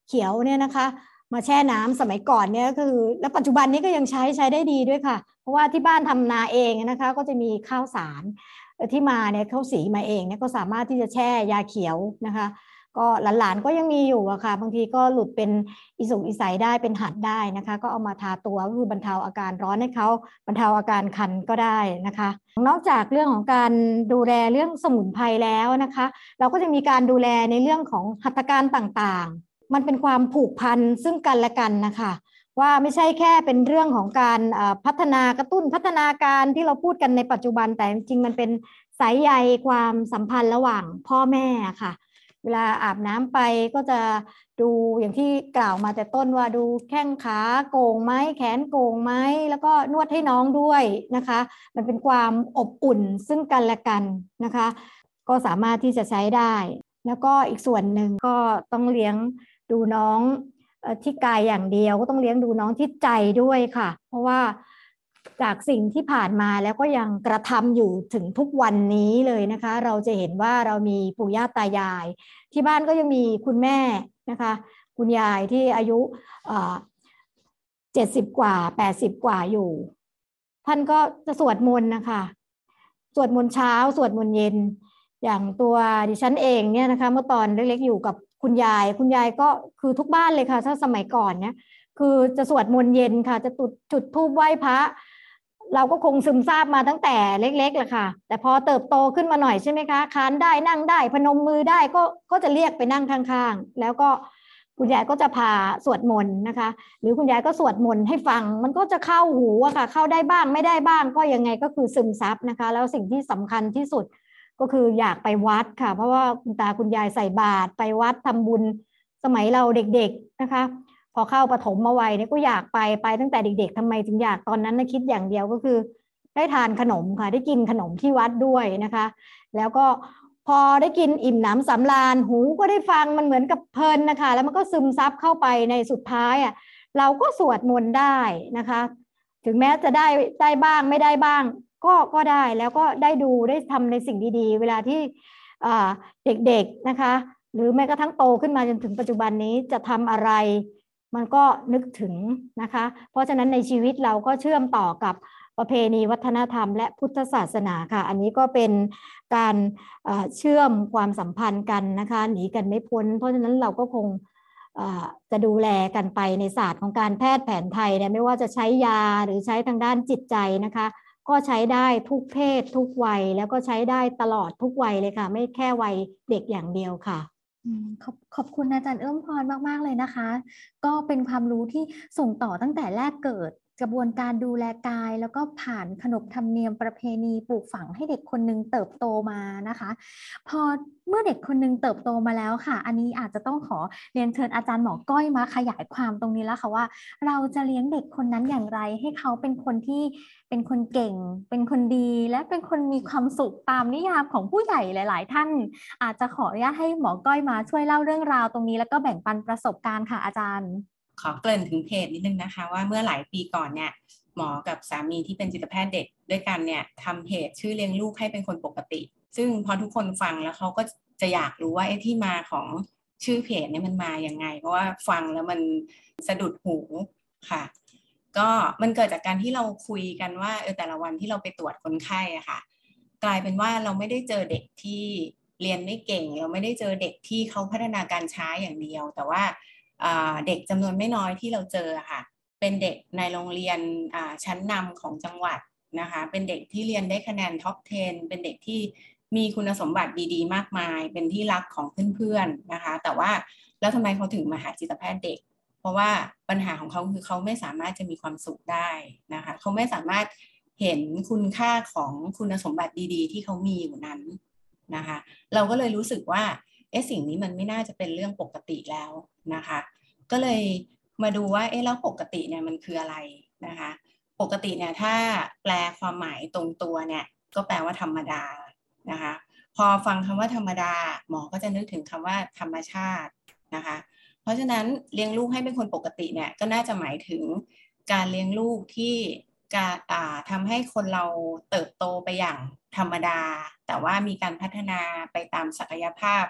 เขียวเนี่ยนะคะมาแช่น้ำสมัยก่อนเนี่ยก็คือแล้วปัจจุบันนี้ก็ยังใช้ได้ดีด้วยค่ะเพราะว่าที่บ้านทำนาเองนะคะก็จะมีข้าวสารที่มาเนี่ยข้าวสีมาเองเนี่ยก็สามารถที่จะแช่ยาเขียวนะคะก็หลานๆก็ยังมีอยู่อะค่ะบางทีก็หลุดเป็นอีสุกอีใสได้เป็นหัดได้นะคะก็เอามาทาตัวก็คือบรรเทาอาการร้อนให้เขาบรรเทาอาการคันก็ได้นะคะนอกจากเรื่องของการดูแลเรื่องสมุนไพรแล้วนะคะเราก็จะมีการดูแลในเรื่องของหัตถการต่างๆมันเป็นความผูกพันซึ่งกันและกันนะคะว่าไม่ใช่แค่เป็นเรื่องของการพัฒนากระตุ้นพัฒนาการที่เราพูดกันในปัจจุบันแต่จริงๆมันเป็นสายใยความสัมพันธ์ระหว่างพ่อแม่ค่ะเวลาอาบน้ำไปก็จะดูอย่างที่กล่าวมาแต่ต้นว่าดูแข้งขาโก่งไหมแขนโก่งไหมแล้วก็นวดให้น้องด้วยนะคะมันเป็นความอบอุ่นซึ่งกันและกันนะคะก็สามารถที่จะใช้ได้แล้วก็อีกส่วนหนึ่งก็ต้องเลี้ยงดูน้องที่กายอย่างเดียวก็ต้องเลี้ยงดูน้องที่ใจด้วยค่ะเพราะว่าจากสิ่งที่ผ่านมาแล้วก็ยังกระทำอยู่ถึงทุกวันนี้เลยนะคะเราจะเห็นว่าเรามีปู่ย่าตายายที่บ้านก็ยังมีคุณแม่นะคะคุณยายที่อายุ70 กว่า80 กว่าอยู่ท่านก็จะสวดมนต์นะคะสวดมนต์เช้าสวดมนต์เย็นอย่างตัวดิฉันเองเนี่ยนะคะเมื่อตอนเล็กๆอยู่กับคุณยายก็คือทุกบ้านเลยค่ะถ้าสมัยก่อนเนี่ยคือจะสวดมนต์เย็นค่ะจะจุดธูปไหว้พระเราก็คงซึมซาบมาตั้งแต่เล็กๆแหละค่ะแต่พอเติบโตขึ้นมาหน่อยใช่ไหมคะค้านได้นั่งได้พนมมือได้ก็จะเรียกไปนั่งข้างๆแล้วก็คุณยายก็จะพาสวดมนต์นะคะหรือคุณยายก็สวดมนต์ให้ฟังมันก็จะเข้าหูอะค่ะเข้าได้บ้างไม่ได้บ้างก็ยังไงก็คือซึมซับนะคะแล้วสิ่งที่สำคัญที่สุดก็คืออยากไปวัดค่ะเพราะว่าคุณตาคุณยายใส่บาตรไปวัดทำบุญสมัยเราเด็กๆนะคะพอเข้าประถมมาวัยเนี่ยก็อยากไปตั้งแต่เด็กๆทำไมถึงอยากตอนนั้นนะคิดอย่างเดียวก็คือได้ทานขนมค่ะได้กินขนมที่วัดด้วยนะคะแล้วก็พอได้กินอิ่มหนำสำราญหูก็ได้ฟังมันเหมือนกับเพลินนะคะแล้วมันก็ซึมซับเข้าไปในสุดท้ายอ่ะเราก็สวดมนต์ได้นะคะถึงแม้จะได้บ้างไม่ได้บ้างก็ได้แล้วก็ได้ดูได้ทำในสิ่งดีๆเวลาที่เด็กๆนะคะหรือแม้กระทั่งโตขึ้นมาจนถึงปัจจุบันนี้จะทำอะไรมันก็นึกถึงนะคะเพราะฉะนั้นในชีวิตเราก็เชื่อมต่อกับประเพณีวัฒนธรรมและพุทธศาสนาค่ะอันนี้ก็เป็นการเชื่อมความสัมพันธ์กันนะคะหนีกันไม่พ้นเพราะฉะนั้นเราก็คงจะดูแลกันไปในศาสตร์ของการแพทย์แผนไทยเนี่ยไม่ว่าจะใช้ยาหรือใช้ทางด้านจิตใจนะคะก็ใช้ได้ทุกเพศทุกวัยแล้วก็ใช้ได้ตลอดทุกวัยเลยค่ะไม่แค่วัยเด็กอย่างเดียวค่ะขอบคุณอาจารย์เอื้อมพรมากๆเลยนะคะก็เป็นความรู้ที่ส่งต่อตั้งแต่แรกเกิดกระบวนการดูแลกายแล้วก็ผ่านขนบธรรมเนียมประเพณีปลูกฝังให้เด็กคนนึงเติบโตมานะคะพอเมื่อเด็กคนนึงเติบโตมาแล้วค่ะอันนี้อาจจะต้องขอเรียนเชิญอาจารย์หมอก้อยมาขยายความตรงนี้แล้วค่ะว่าเราจะเลี้ยงเด็กคนนั้นอย่างไรให้เขาเป็นคนที่เป็นคนเก่งเป็นคนดีและเป็นคนมีความสุขตามนิยามของผู้ใหญ่หลายๆท่านอาจจะขออนุญาตให้หมอก้อยมาช่วยเล่าเรื่องราวตรงนี้แล้วก็แบ่งปันประสบการณ์ค่ะอาจารย์ขอเกริ่นถึงเพจนิดนึงนะคะว่าเมื่อหลายปีก่อนเนี่ยหมอกับสามีที่เป็นจิตแพทย์เด็กด้วยกันเนี่ยทำเพจชื่อเลี้ยงลูกให้เป็นคนปกติซึ่งพอทุกคนฟังแล้วเขาก็จะอยากรู้ว่าไอ้ที่มาของชื่อเพจเนี่ยมันมาอย่างไงเพราะว่าฟังแล้วมันสะดุดหูค่ะก็มันเกิดจากการที่เราคุยกันว่าแต่ละวันที่เราไปตรวจคนไข้อะค่ะกลายเป็นว่าเราไม่ได้เจอเด็กที่เรียนไม่เก่งเราไม่ได้เจอเด็กที่เขาพัฒนาการช้าอย่างเดียวแต่ว่าเด็กจำนวนไม่น้อยที่เราเจอค่ะเป็นเด็กในโรงเรียนชั้นนำของจังหวัดนะคะเป็นเด็กที่เรียนได้คะแนนท็อป 10เป็นเด็กที่มีคุณสมบัติดีๆมากมายเป็นที่รักของเพื่อนๆนะคะแต่ว่าแล้วทำไมเขาถึงมาหาจิตแพทย์เด็กเพราะว่าปัญหาของเขาคือเขาไม่สามารถจะมีความสุขได้นะคะเขาไม่สามารถเห็นคุณค่าของคุณสมบัติดีๆที่เขามีอยู่นั้นนะคะเราก็เลยรู้สึกว่าสิ่งนี้มันไม่น่าจะเป็นเรื่องปกติแล้วนะคะก็เลยมาดูว่าแล้วปกติเนี่ยมันคืออะไรนะคะปกติเนี่ยถ้าแปลความหมายตรงตัวเนี่ยก็แปลว่าธรรมดานะคะพอฟังคำว่าธรรมดาหมอก็จะนึกถึงคำว่าธรรมชาตินะคะเพราะฉะนั้นเลี้ยงลูกให้เป็นคนปกติเนี่ยก็น่าจะหมายถึงการเลี้ยงลูกที่ทำให้คนเราเติบโตไปอย่างธรรมดาแต่ว่ามีการพัฒนาไปตามศักยภาพ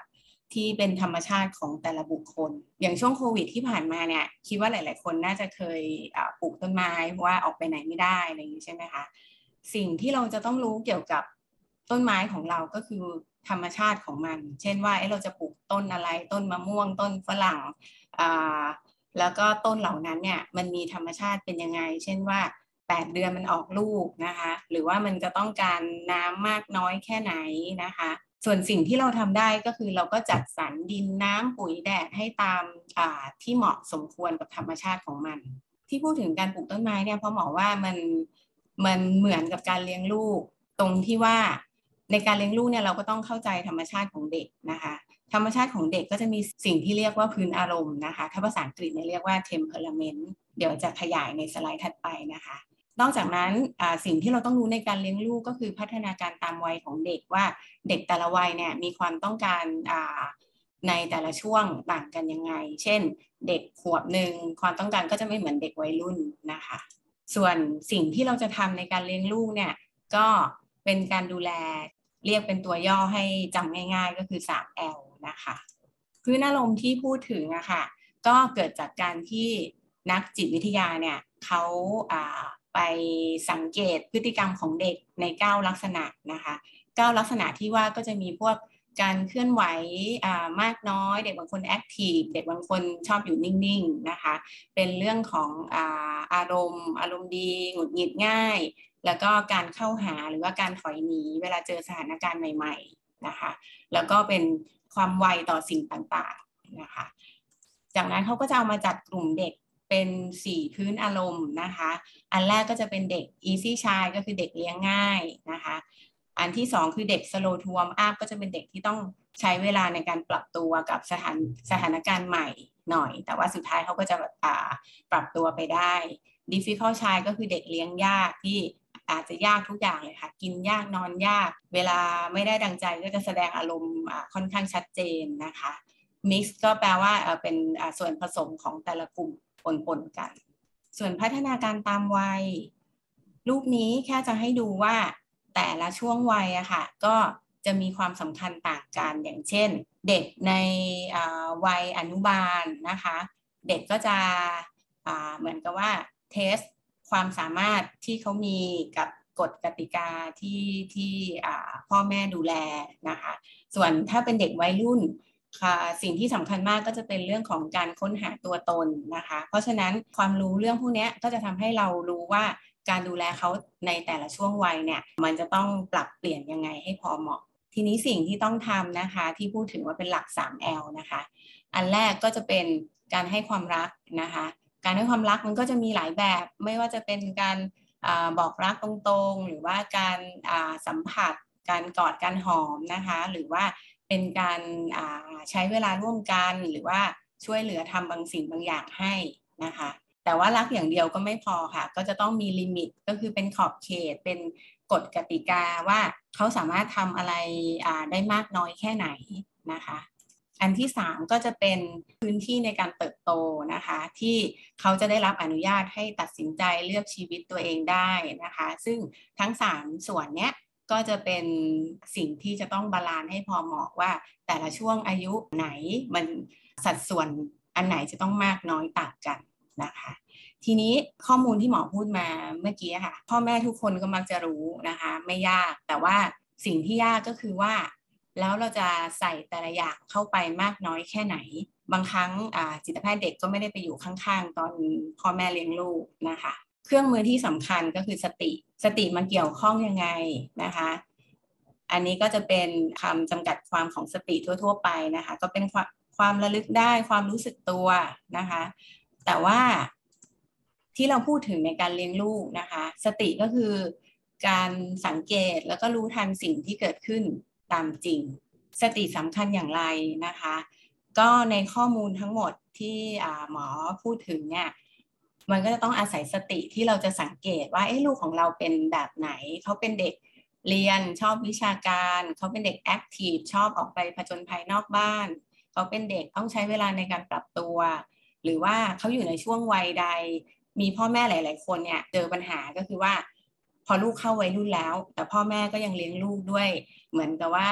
ที่เป็นธรรมชาติของแต่ละบุคคลอย่างช่วงโควิดที่ผ่านมาเนี่ยคิดว่าหลายๆคนน่าจะเคยปลูกต้นไม้เพราะว่าออกไปไหนไม่ได้อะไรอย่างนี้ใช่ไหมคะสิ่งที่เราจะต้องรู้เกี่ยวกับต้นไม้ของเราก็คือธรรมชาติของมันเช่นว่าเราจะปลูกต้นอะไรต้นมะม่วงต้นฝรั่งแล้วก็ต้นเหล่านั้นเนี่ยมันมีธรรมชาติเป็นยังไงเช่นว่า8 เดือนมันออกลูกนะคะหรือว่ามันจะต้องการน้ำมากน้อยแค่ไหนนะคะส่วนสิ่งที่เราทำได้ก็คือเราก็จัดสรรดินน้ำปุ๋ยแดดให้ตามที่เหมาะสมควรกับธรรมชาติของมันที่พูดถึงการปลูกต้นไม้เนี่ยเพราะหมอว่ามันเหมือนกับการเลี้ยงลูกตรงที่ว่าในการเลี้ยงลูกเนี่ยเราก็ต้องเข้าใจธรรมชาติของเด็กนะคะธรรมชาติของเด็กก็จะมีสิ่งที่เรียกว่าพื้นอารมณ์นะคะถ้าภาษาอังกฤษเนี่ยเรียกว่า temperament เดี๋ยวจะขยายในสไลด์ถัดไปนะคะนอกจากนั้นสิ่งที่เราต้องรู้ในการเลี้ยงลูกก็คือพัฒนาการตามวัยของเด็กว่าเด็กแต่ละวัยเนี่ยมีความต้องการในแต่ละช่วงต่างกันยังไงเช่นเด็กขวบหนึ่งความต้องการก็จะไม่เหมือนเด็กวัยรุ่นนะคะส่วนสิ่งที่เราจะทำในการเลี้ยงลูกเนี่ยก็เป็นการดูแลเรียกเป็นตัวย่อให้จำง่ายๆก็คือ 3L นะคะพื้นอารมณ์ที่พูดถึงอะค่ะก็เกิดจากการที่นักจิตวิทยาเนี่ยเขาไปสังเกตพฤติกรรมของเด็กใน9 ลักษณะนะคะ9 ลักษณะที่ว่าก็จะมีพวกการเคลื่อนไหวมากน้อยเด็กบางคนแอคทีฟเด็กบางคนชอบอยู่นิ่งๆนะคะเป็นเรื่องของอารมณ์ดีหงุดหงิดง่ายแล้วก็การเข้าหาหรือว่าการถอยหนีเวลาเจอสถานการณ์ใหม่ๆนะคะแล้วก็เป็นความไวต่อสิ่งต่างๆนะคะจากนั้นเขาก็จะเอามาจัดกลุ่มเด็กเป็น4 พื้นอารมณ์นะคะอันแรกก็จะเป็นเด็ก easy child ก็คือเด็กเลี้ยงง่ายนะคะอันที่2คือเด็ก slow to warm up ก็จะเป็นเด็กที่ต้องใช้เวลาในการปรับตัวกับสถานการณ์ใหม่หน่อยแต่ว่าสุดท้ายเขาก็จะปรับตัวไปได้ difficult child ก็คือเด็กเลี้ยงยากที่อาจจะยากทุกอย่างเลยค่ะกินยากนอนยากเวลาไม่ได้ดังใจก็จะแสดงอารมณ์ค่อนข้างชัดเจนนะคะ mix ก็แปลว่าเป็นส่วนผสมของแต่ละกลุ่มปนกันส่วนพัฒนาการตามวัยรูปนี้แค่จะให้ดูว่าแต่ละช่วงวัยอะค่ะก็จะมีความสำคัญต่างกันอย่างเช่นเด็กในวัยอนุบาลนะคะเด็กก็จะเหมือนกับว่าเทสความสามารถที่เขามีกับกฎกติกาที่พ่อแม่ดูแลนะคะส่วนถ้าเป็นเด็กวัยรุ่นสิ่งที่สำคัญมากก็จะเป็นเรื่องของการค้นหาตัวตนนะคะเพราะฉะนั้นความรู้เรื่องพวกนี้ก็จะทำให้เรารู้ว่าการดูแลเขาในแต่ละช่วงวัยเนี่ยมันจะต้องปรับเปลี่ยนยังไงให้พอเหมาะทีนี้สิ่งที่ต้องทำนะคะที่พูดถึงว่าเป็นหลัก 3L นะคะอันแรกก็จะเป็นการให้ความรักนะคะการให้ความรักมันก็จะมีหลายแบบไม่ว่าจะเป็นการบอกรักตรงๆหรือว่าการสัมผัสการกอดการหอมนะคะหรือว่าเป็นการใช้เวลาร่วมกันหรือว่าช่วยเหลือทำบางสิ่งบางอย่างให้นะคะแต่ว่ารักอย่างเดียวก็ไม่พอค่ะก็จะต้องมีลิมิตก็คือเป็นขอบเขตเป็นกฎกติกาว่าเขาสามารถทำอะไรได้มากน้อยแค่ไหนนะคะอันที่3ก็จะเป็นพื้นที่ในการเติบโตนะคะที่เขาจะได้รับอนุญาตให้ตัดสินใจเลือกชีวิตตัวเองได้นะคะซึ่งทั้ง3ส่วนเนี้ยก็จะเป็นสิ่งที่จะต้องบาลานซ์ให้พอเหมาะว่าแต่ละช่วงอายุไหนมันสัดส่วนอันไหนจะต้องมากน้อยต่างกันนะคะทีนี้ข้อมูลที่หมอพูดมาเมื่อกี้ค่ะพ่อแม่ทุกคนก็มักจะรู้นะคะไม่ยากแต่ว่าสิ่งที่ยากก็คือว่าแล้วเราจะใส่แต่ละอย่างเข้าไปมากน้อยแค่ไหนบางครั้งจิตแพทย์เด็กก็ไม่ได้ไปอยู่ข้างๆตอนพ่อแม่เลี้ยงลูกนะคะเครื่องมือที่สำคัญก็คือสติมาเกี่ยวข้องยังไงนะคะอันนี้ก็จะเป็นคำจำกัดความของสติทั่วๆไปนะคะก็เป็นความระลึกได้ความรู้สึกตัวนะคะแต่ว่าที่เราพูดถึงในการเลี้ยงลูกนะคะสติก็คือการสังเกตแล้วก็รู้ทันสิ่งที่เกิดขึ้นตามจริงสติสำคัญอย่างไรนะคะก็ในข้อมูลทั้งหมดที่หมอพูดถึงเนี่ยมันก็จะต้องอาศัยสติที่เราจะสังเกตว่าลูกของเราเป็นแบบไหนเขาเป็นเด็กเรียนชอบวิชาการเขาเป็นเด็กแอคทีฟชอบออกไปผจญภัยนอกบ้านเขาเป็นเด็กต้องใช้เวลาในการปรับตัวหรือว่าเขาอยู่ในช่วงวัยใดมีพ่อแม่หลายๆคนเนี่ยเจอปัญหาก็คือว่าพอลูกเข้าวัยรุ่นแล้วแต่พ่อแม่ก็ยังเลี้ยงลูกด้วยเหมือนกับว่า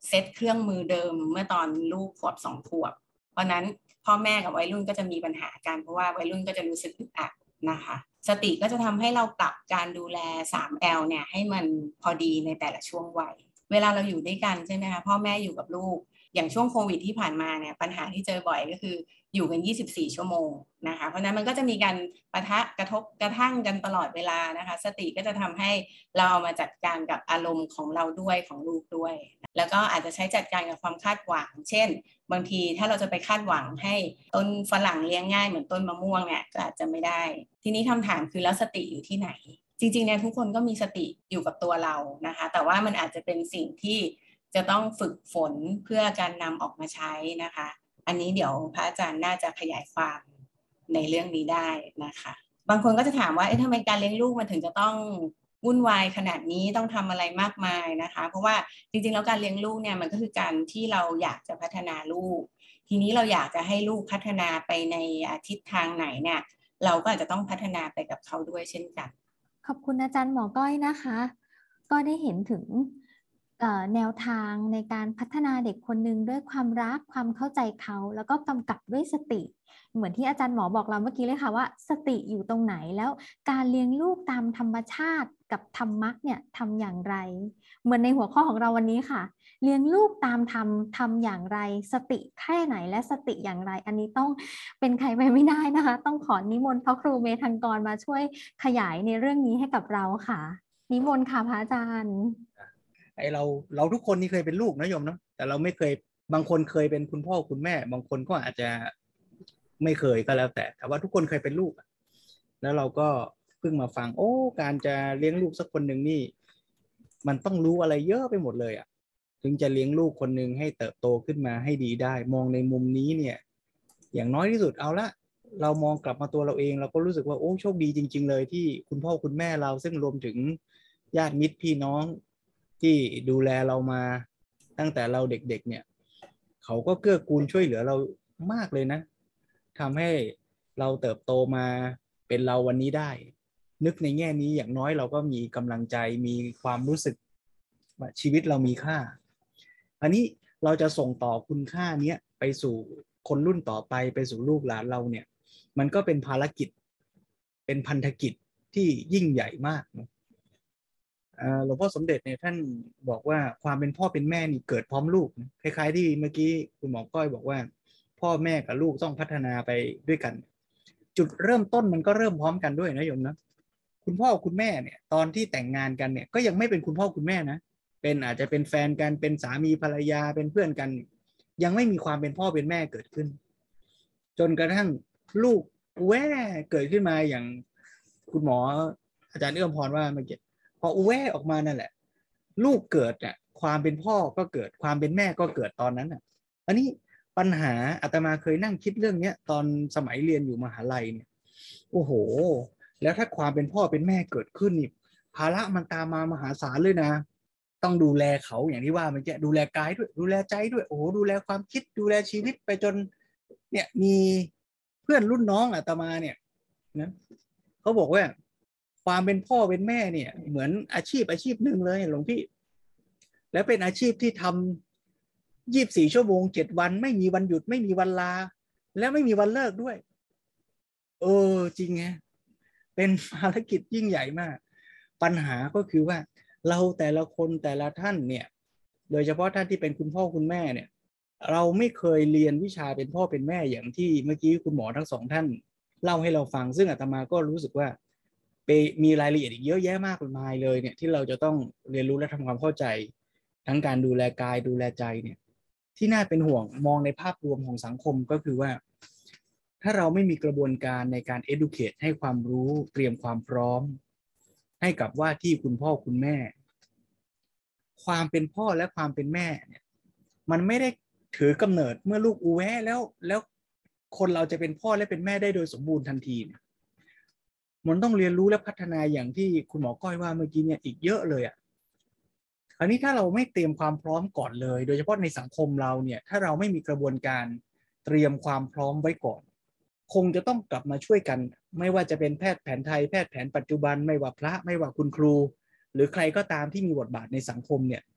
เซตเครื่องมือเดิมเมื่อตอนลูกขวบ2 ขวบเพราะนั้นพ่อแม่กับวัยรุ่นก็จะมีปัญหากันเพราะว่าวัยรุ่นก็จะรู้สึกอึดอัดนะคะสติก็จะทำให้เราปรับการดูแล 3L เนี่ยให้มันพอดีในแต่ละช่วงวัยเวลาเราอยู่ด้วยกันใช่ไหมคะพ่อแม่อยู่กับลูกอย่างช่วงโควิดที่ผ่านมาเนี่ยปัญหาที่เจอบ่อยก็คืออยู่กัน24 ชั่วโมงนะคะเพราะนั้นมันก็จะมีการปะทะกระทบกระทั่งกันตลอดเวลานะคะสติก็จะทำให้เราเอามาจัดการกับอารมณ์ของเราด้วยของลูกด้วยแล้วก็อาจจะใช้จัดการกับความคาดหวังเช่นบางทีถ้าเราจะไปคาดหวังให้ต้นฝรั่งเลี้ยงง่ายเหมือนต้นมะม่วงเนี่ยก็อาจจะไม่ได้ทีนี้คำถามคือแล้วสติอยู่ที่ไหนจริงๆเนี่ยทุกคนก็มีสติอยู่กับตัวเรานะคะแต่ว่ามันอาจจะเป็นสิ่งที่จะต้องฝึกฝนเพื่อการนำออกมาใช้นะคะอันนี้เดี๋ยวพระอาจารย์น่าจะขยายความในเรื่องนี้ได้นะคะบางคนก็จะถามว่าทำไมการเลี้ยงลูกมันถึงจะต้องวุ่นวายขนาดนี้ต้องทำอะไรมากมายนะคะเพราะว่าจริงๆแล้วการเลี้ยงลูกเนี่ยมันก็คือการที่เราอยากจะพัฒนาลูกทีนี้เราอยากจะให้ลูกพัฒนาไปในทิศทางไหนเนี่ยเราก็อาจจะต้องพัฒนาไปกับเขาด้วยเช่นกันขอบคุณอาจารย์หมอก้อยนะคะก็ได้เห็นถึงแนวทางในการพัฒนาเด็กคนหนึ่งด้วยความรักความเข้าใจเขาแล้วก็กำกับด้วยสติเหมือนที่อาจารย์หมอบอกเราเมื่อกี้เลยค่ะว่าสติอยู่ตรงไหนแล้วการเลี้ยงลูกตามธรรมชาติกับธรรมะเนี่ยทำอย่างไรเหมือนในหัวข้อของเราวันนี้ค่ะเลี้ยงลูกตามธรรมทำอย่างไรสติแค่ไหนและสติอย่างไรอันนี้ต้องเป็นใครไปไม่ได้นะคะต้องขอนิมนต์พระครูเมธังกรมาช่วยขยายในเรื่องนี้ให้กับเราค่ะนิมนต์ค่ะพระอาจารย์เราทุกคนนี่เคยเป็นลูกนะโยมเนาะแต่เราไม่เคยบางคนเคยเป็นคุณพ่อคุณแม่บางคนก็อาจจะไม่เคยก็แล้วแต่ว่าทุกคนเคยเป็นลูกแล้วเราก็เพิ่งมาฟังการจะเลี้ยงลูกสักคนหนึ่งนี่มันต้องรู้อะไรเยอะไปหมดเลยถึงจะเลี้ยงลูกคนหนึ่งให้เติบโตขึ้นมาให้ดีได้มองในมุมนี้เนี่ยอย่างน้อยที่สุดเอาละเรามองกลับมาตัวเราเองเราก็รู้สึกว่าโชคดีจริงๆเลยที่คุณพ่อคุณแม่เราซึ่งรวมถึงญาติมิตรพี่น้องที่ดูแลเรามาตั้งแต่เราเด็กๆเนี่ยเขาก็เกื้อกูลช่วยเหลือเรามากเลยนะทำให้เราเติบโตมาเป็นเราวันนี้ได้นึกในแง่นี้อย่างน้อยเราก็มีกำลังใจมีความรู้สึกว่าชีวิตเรามีค่าอันนี้เราจะส่งต่อคุณค่านี้ไปสู่คนรุ่นต่อไปสู่ลูกหลานเราเนี่ยมันก็เป็นภารกิจเป็นพันธกิจที่ยิ่งใหญ่มากนะหลวงพ่อสมเด็จเนี่ยท่านบอกว่าความเป็นพ่อเป็นแม่นี่เกิดพร้อมลูกคล้ายๆที่เมื่อกี้คุณหมอก้อยบอกว่าพ่อแม่กับลูกต้องพัฒนาไปด้วยกันจุดเริ่มต้นมันก็เริ่มพร้อมกันด้วยนะโยมนะคุณพ่อคุณแม่เนี่ยตอนที่แต่งงานกันเนี่ยก็ยังไม่เป็นคุณพ่อคุณแม่นะเป็นอาจจะเป็นแฟนกันเป็นสามีภรรยาเป็นเพื่อนกันยังไม่มีความเป็นพ่อเป็นแม่เกิดขึ้นจนกระทั่งลูกเกิดขึ้นมาอย่างคุณหมออาจารย์เอื้อมพรว่าเมื่อกี้พอออกมานั่นแหละลูกเกิดความเป็นพ่อก็เกิดความเป็นแม่ก็เกิดตอนนั้นอันนี้ปัญหาอาตมาเคยนั่งคิดเรื่องนี้ตอนสมัยเรียนอยู่มหาลัยเนี่ยโอ้โหแล้วถ้าความเป็นพ่อเป็นแม่เกิดขึ้นนี่ภาระมันตามมามหาศาลเลยนะต้องดูแลเขาอย่างที่ว่าเมื่อกี้ดูแลกายด้วยดูแลใจด้วยโอ้โหดูแลความคิดดูแลชีวิตไปจนเนี่ยมีเพื่อนรุ่นน้องอาตมาเนี่ยนะเขาบอกว่าความเป็นพ่อเป็นแม่เนี่ยเหมือนอาชีพหนึ่งเลยหลวงพี่แล้วเป็นอาชีพที่ทำ24 ชั่วโมง7 วันไม่มีวันหยุดไม่มีวันลาและไม่มีวันเลิกด้วยจริงไงเป็นภารกิจยิ่งใหญ่มากปัญหาก็คือว่าเราแต่ละคนแต่ละท่านเนี่ยโดยเฉพาะท่านที่เป็นคุณพ่อคุณแม่เนี่ยเราไม่เคยเรียนวิชาเป็นพ่อเป็นแม่อย่างที่เมื่อกี้คุณหมอทั้งสองท่านเล่าให้เราฟังซึ่งอาตมาก็รู้สึกว่ามีรายละเอียดอีกเยอะแยะมากมายเลยเนี่ยที่เราจะต้องเรียนรู้และทำความเข้าใจทั้งการดูแลกายดูแลใจเนี่ยที่น่าเป็นห่วงมองในภาพรวมของสังคมก็คือว่าถ้าเราไม่มีกระบวนการในการ educate ให้ความรู้เตรียมความพร้อมให้กับว่าที่คุณพ่อคุณแม่ความเป็นพ่อและความเป็นแม่เนี่ยมันไม่ได้ถือกำเนิดเมื่อลูกแล้วคนเราจะเป็นพ่อและเป็นแม่ได้โดยสมบูรณ์ทันทีเนี่ยมันต้องเรียนรู้และพัฒนาอย่างที่คุณหมอก้อยว่าเมื่อกี้เนี่ยอีกเยอะเลยคราวนี้ถ้าเราไม่เตรียมความพร้อมก่อนเลยโดยเฉพาะในสังคมเราเนี่ยถ้าเราไม่มีกระบวนการเตรียมความพร้อมไว้ก่อนคงจะต้องกลับมาช่วยกันไม่ว่าจะเป็นแพทย์แผนไทยแพทย์แผนปัจจุบันไม่ว่าพระไม่ว่าคุณครูหรือใครก็ตามที่มีบทบาทในสังคมเนี่ย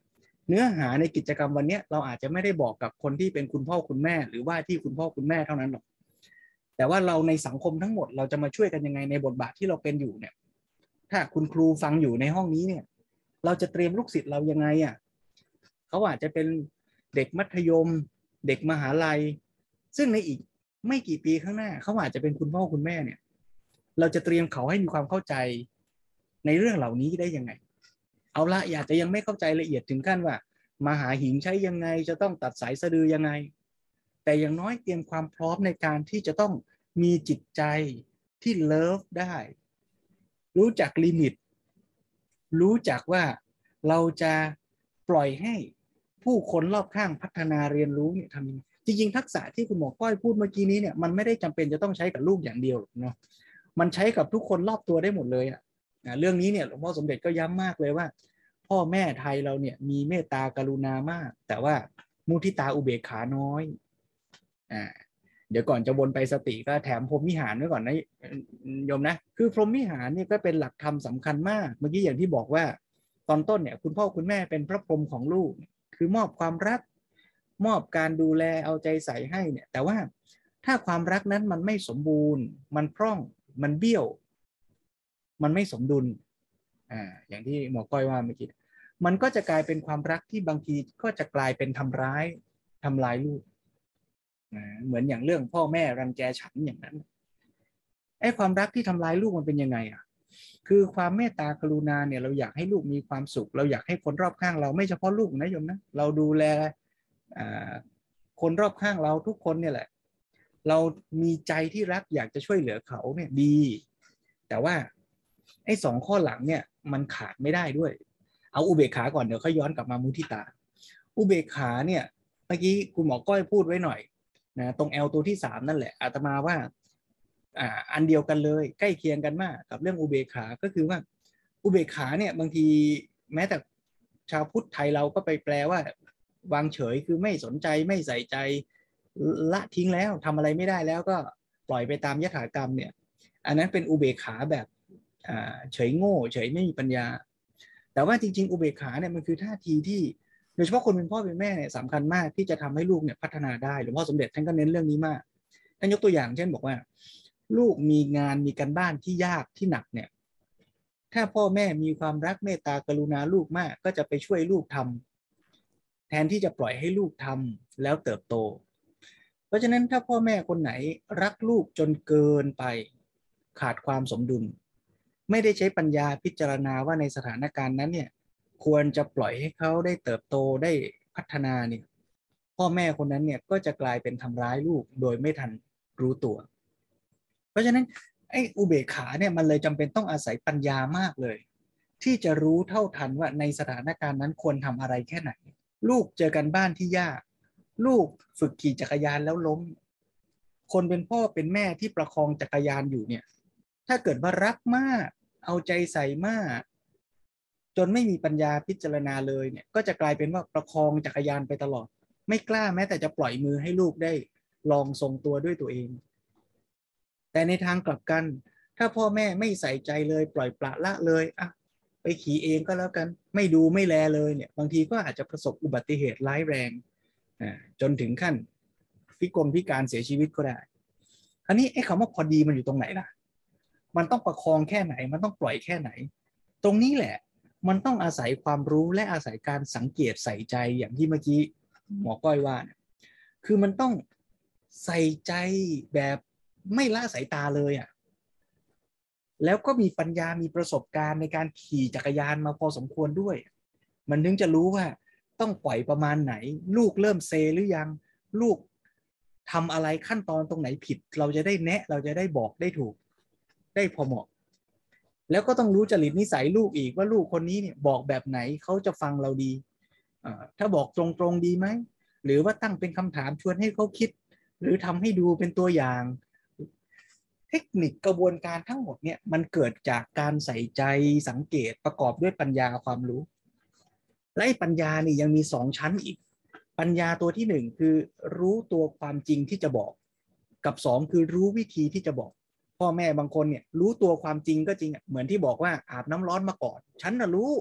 เนื้อหาในกิจกรรมวันนี้เราอาจจะไม่ได้บอกกับคนที่เป็นคุณพ่อคุณแม่หรือว่าที่คุณพ่อคุณแม่เท่านั้นหรอกแต่ว่าเราในสังคมทั้งหมดเราจะมาช่วยกันยังไงในบทบาทที่เราเป็นอยู่เนี่ยถ้าคุณครูฟังอยู่ในห้องนี้เนี่ยเราจะเตรียมลูกศิษย์เรายังไงอ่ะเขาอาจจะเป็นเด็กมัธยมเด็กมหาลัยซึ่งในอีกไม่กี่ปีข้างหน้าเขาอาจจะเป็นคุณพ่อคุณแม่เนี่ยเราจะเตรียมเขาให้มีความเข้าใจในเรื่องเหล่านี้ได้ยังไงเอาละอยากจะยังไม่เข้าใจละเอียดถึงขั้นว่ามาหาหิงใช้ยังไงจะต้องตัดสายสะดือยังไงแต่อย่างน้อยเตรียมความพร้อมในการที่จะต้องมีจิตใจที่เลิฟได้รู้จักลิมิตรู้จักว่าเราจะปล่อยให้ผู้คนรอบข้างพัฒนาเรียนรู้เนี่ยทำยังไงจริงๆทักษะที่คุณหมอก้อยพูดเมื่อกี้นี้เนี่ยมันไม่ได้จำเป็นจะต้องใช้กับลูกอย่างเดียวเนาะมันใช้กับทุกคนรอบตัวได้หมดเลยอ่ะเรื่องนี้เนี่ยหลวงพ่อสมเด็จก็ย้ำมากเลยว่าพ่อแม่ไทยเราเนี่ยมีเมตตากรุณามากแต่ว่ามุทิตาอุเบกขาน้อยเดี๋ยวก่อนจะวนไปสติก็แถมพรหมวิหารไว้ก่อนนะโยมนะคือพรหมวิหารเนี่ยก็เป็นหลักธรรมสำคัญมากเมื่อกี้อย่างที่บอกว่าตอนต้นเนี่ยคุณพ่อคุณแม่เป็นพระพรหมของลูกคือมอบความรักมอบการดูแลเอาใจใส่ให้เนี่ยแต่ว่าถ้าความรักนั้นมันไม่สมบูรณ์มันพร่องมันเบี้ยวมันไม่สมดุลอย่างที่หมอก้อยว่าเมื่อกี้มันก็จะกลายเป็นความรักที่บางทีก็จะกลายเป็นทำร้ายทำลายลูกเหมือนอย่างเรื่องพ่อแม่รังแกฉันอย่างนั้นไอ้ความรักที่ทำลายลูกมันเป็นยังไงอ่ะคือความเมตตากรุณาเนี่ยเราอยากให้ลูกมีความสุขเราอยากให้คนรอบข้างเราไม่เฉพาะลูกนะโยมนะเราดูแลคนรอบข้างเราทุกคนเนี่ยแหละเรามีใจที่รักอยากจะช่วยเหลือเขาเนี่ยดีแต่ว่าไอ้2 ข้อหลังเนี่ยมันขาดไม่ได้ด้วยเอาอุเบกขาก่อนเดี๋ยวค่อยย้อนกลับมามุทิตาอุเบกขาเนี่ยเมื่อกี้คุณหมอก้อยพูดไว้หน่อยนะตรง L ตัวที่3นั่นแหละอาตมาว่าอันเดียวกันเลยใกล้เคียงกันมากกับเรื่องอุเบกขาก็คือว่าอุเบกขาเนี่ยบางทีแม้แต่ชาวพุทธไทยเราก็ไปแปลว่าวางเฉยคือไม่สนใจไม่ใส่ใจละทิ้งแล้วทำอะไรไม่ได้แล้วก็ปล่อยไปตามยถากรรมเนี่ยอันนั้นเป็นอุเบกขาแบบเฉยโง่เฉยไม่มีปัญญาแต่ว่าจริงๆอุเบกขาเนี่ยมันคือท่าทีที่โดยเฉพาะคนเป็นพ่อเป็นแม่เนี่ยสำคัญมากที่จะทำให้ลูกเนี่ยพัฒนาได้หลวงพ่อสมเด็จท่านก็เน้นเรื่องนี้มากท่านยกตัวอย่างเช่นบอกว่าลูกมีงานมีการบ้านที่ยากที่หนักเนี่ยถ้าพ่อแม่มีความรักเมตตากรุณาลูกมากก็จะไปช่วยลูกทำแทนที่จะปล่อยให้ลูกทำแล้วเติบโตเพราะฉะนั้นถ้าพ่อแม่คนไหนรักลูกจนเกินไปขาดความสมดุลไม่ได้ใช้ปัญญาพิจารณาว่าในสถานการณ์นั้นเนี่ยควรจะปล่อยให้เขาได้เติบโตได้พัฒนาเนี่ยพ่อแม่คนนั้นเนี่ยก็จะกลายเป็นทำร้ายลูกโดยไม่ทันรู้ตัวเพราะฉะนั้นไอ้อุเบกขาเนี่ยมันเลยจำเป็นต้องอาศัยปัญญามากเลยที่จะรู้เท่าทันว่าในสถานการณ์นั้นควรทำอะไรแค่ไหนลูกเจอกันบ้านที่ยากลูกฝึกขี่จักรยานแล้วล้มคนเป็นพ่อเป็นแม่ที่ประคองจักรยานอยู่เนี่ยถ้าเกิดว่ารักมากเอาใจใส่มากจนไม่มีปัญญาพิจารณาเลยเนี่ยก็จะกลายเป็นว่าประคองจักรยานไปตลอดไม่กล้าแม้แต่จะปล่อยมือให้ลูกได้ลองทรงตัวด้วยตัวเองแต่ในทางกลับกันถ้าพ่อแม่ไม่ใส่ใจเลยปล่อยปละละเลยไปขี่เองก็แล้วกันไม่ดูไม่แลเลยเนี่ยบางทีก็อาจจะประสบอุบัติเหตุร้ายแรงจนถึงขั้นพิการเสียชีวิตก็ได้อันนี้ไอ้คำว่าพอดีมันอยู่ตรงไหนล่ะมันต้องประคองแค่ไหนมันต้องปล่อยแค่ไหนตรงนี้แหละมันต้องอาศัยความรู้และอาศัยการสังเกตใส่ใจอย่างที่เมื่อกี้หมอก้อยว่าเนี่ยคือมันต้องใส่ใจแบบไม่ละสายตาเลยแล้วก็มีปัญญามีประสบการณ์ในการขี่จักรยานมาพอสมควรด้วยมันถึงจะรู้ว่าต้องปล่อยประมาณไหนลูกเริ่มเซหรือยังลูกทำอะไรขั้นตอนตรงไหนผิดเราจะได้แนะเราจะได้บอกได้ถูกได้พอเหมาะแล้วก็ต้องรู้จริตนิสัยลูกอีกว่าลูกคนนี้เนี่ยบอกแบบไหนเขาจะฟังเราดีถ้าบอกตรงๆดีไหมหรือว่าตั้งเป็นคำถามชวนให้เขาคิดหรือทำให้ดูเป็นตัวอย่างเทคนิคกระบวนการทั้งหมดเนี่ยมันเกิดจากการใส่ใจสังเกตประกอบด้วยปัญญาความรู้และปัญญานี่ยังมี2ชั้นอีกปัญญาตัวที่1คือรู้ตัวความจริงที่จะบอกกับ2คือรู้วิธีที่จะบอกพ่อแม่บางคนเนี่ยรู้ตัวความจริงก็จริงเหมือนที่บอกว่าอาบน้ำร้อนมาก่อนฉันน่ะรู้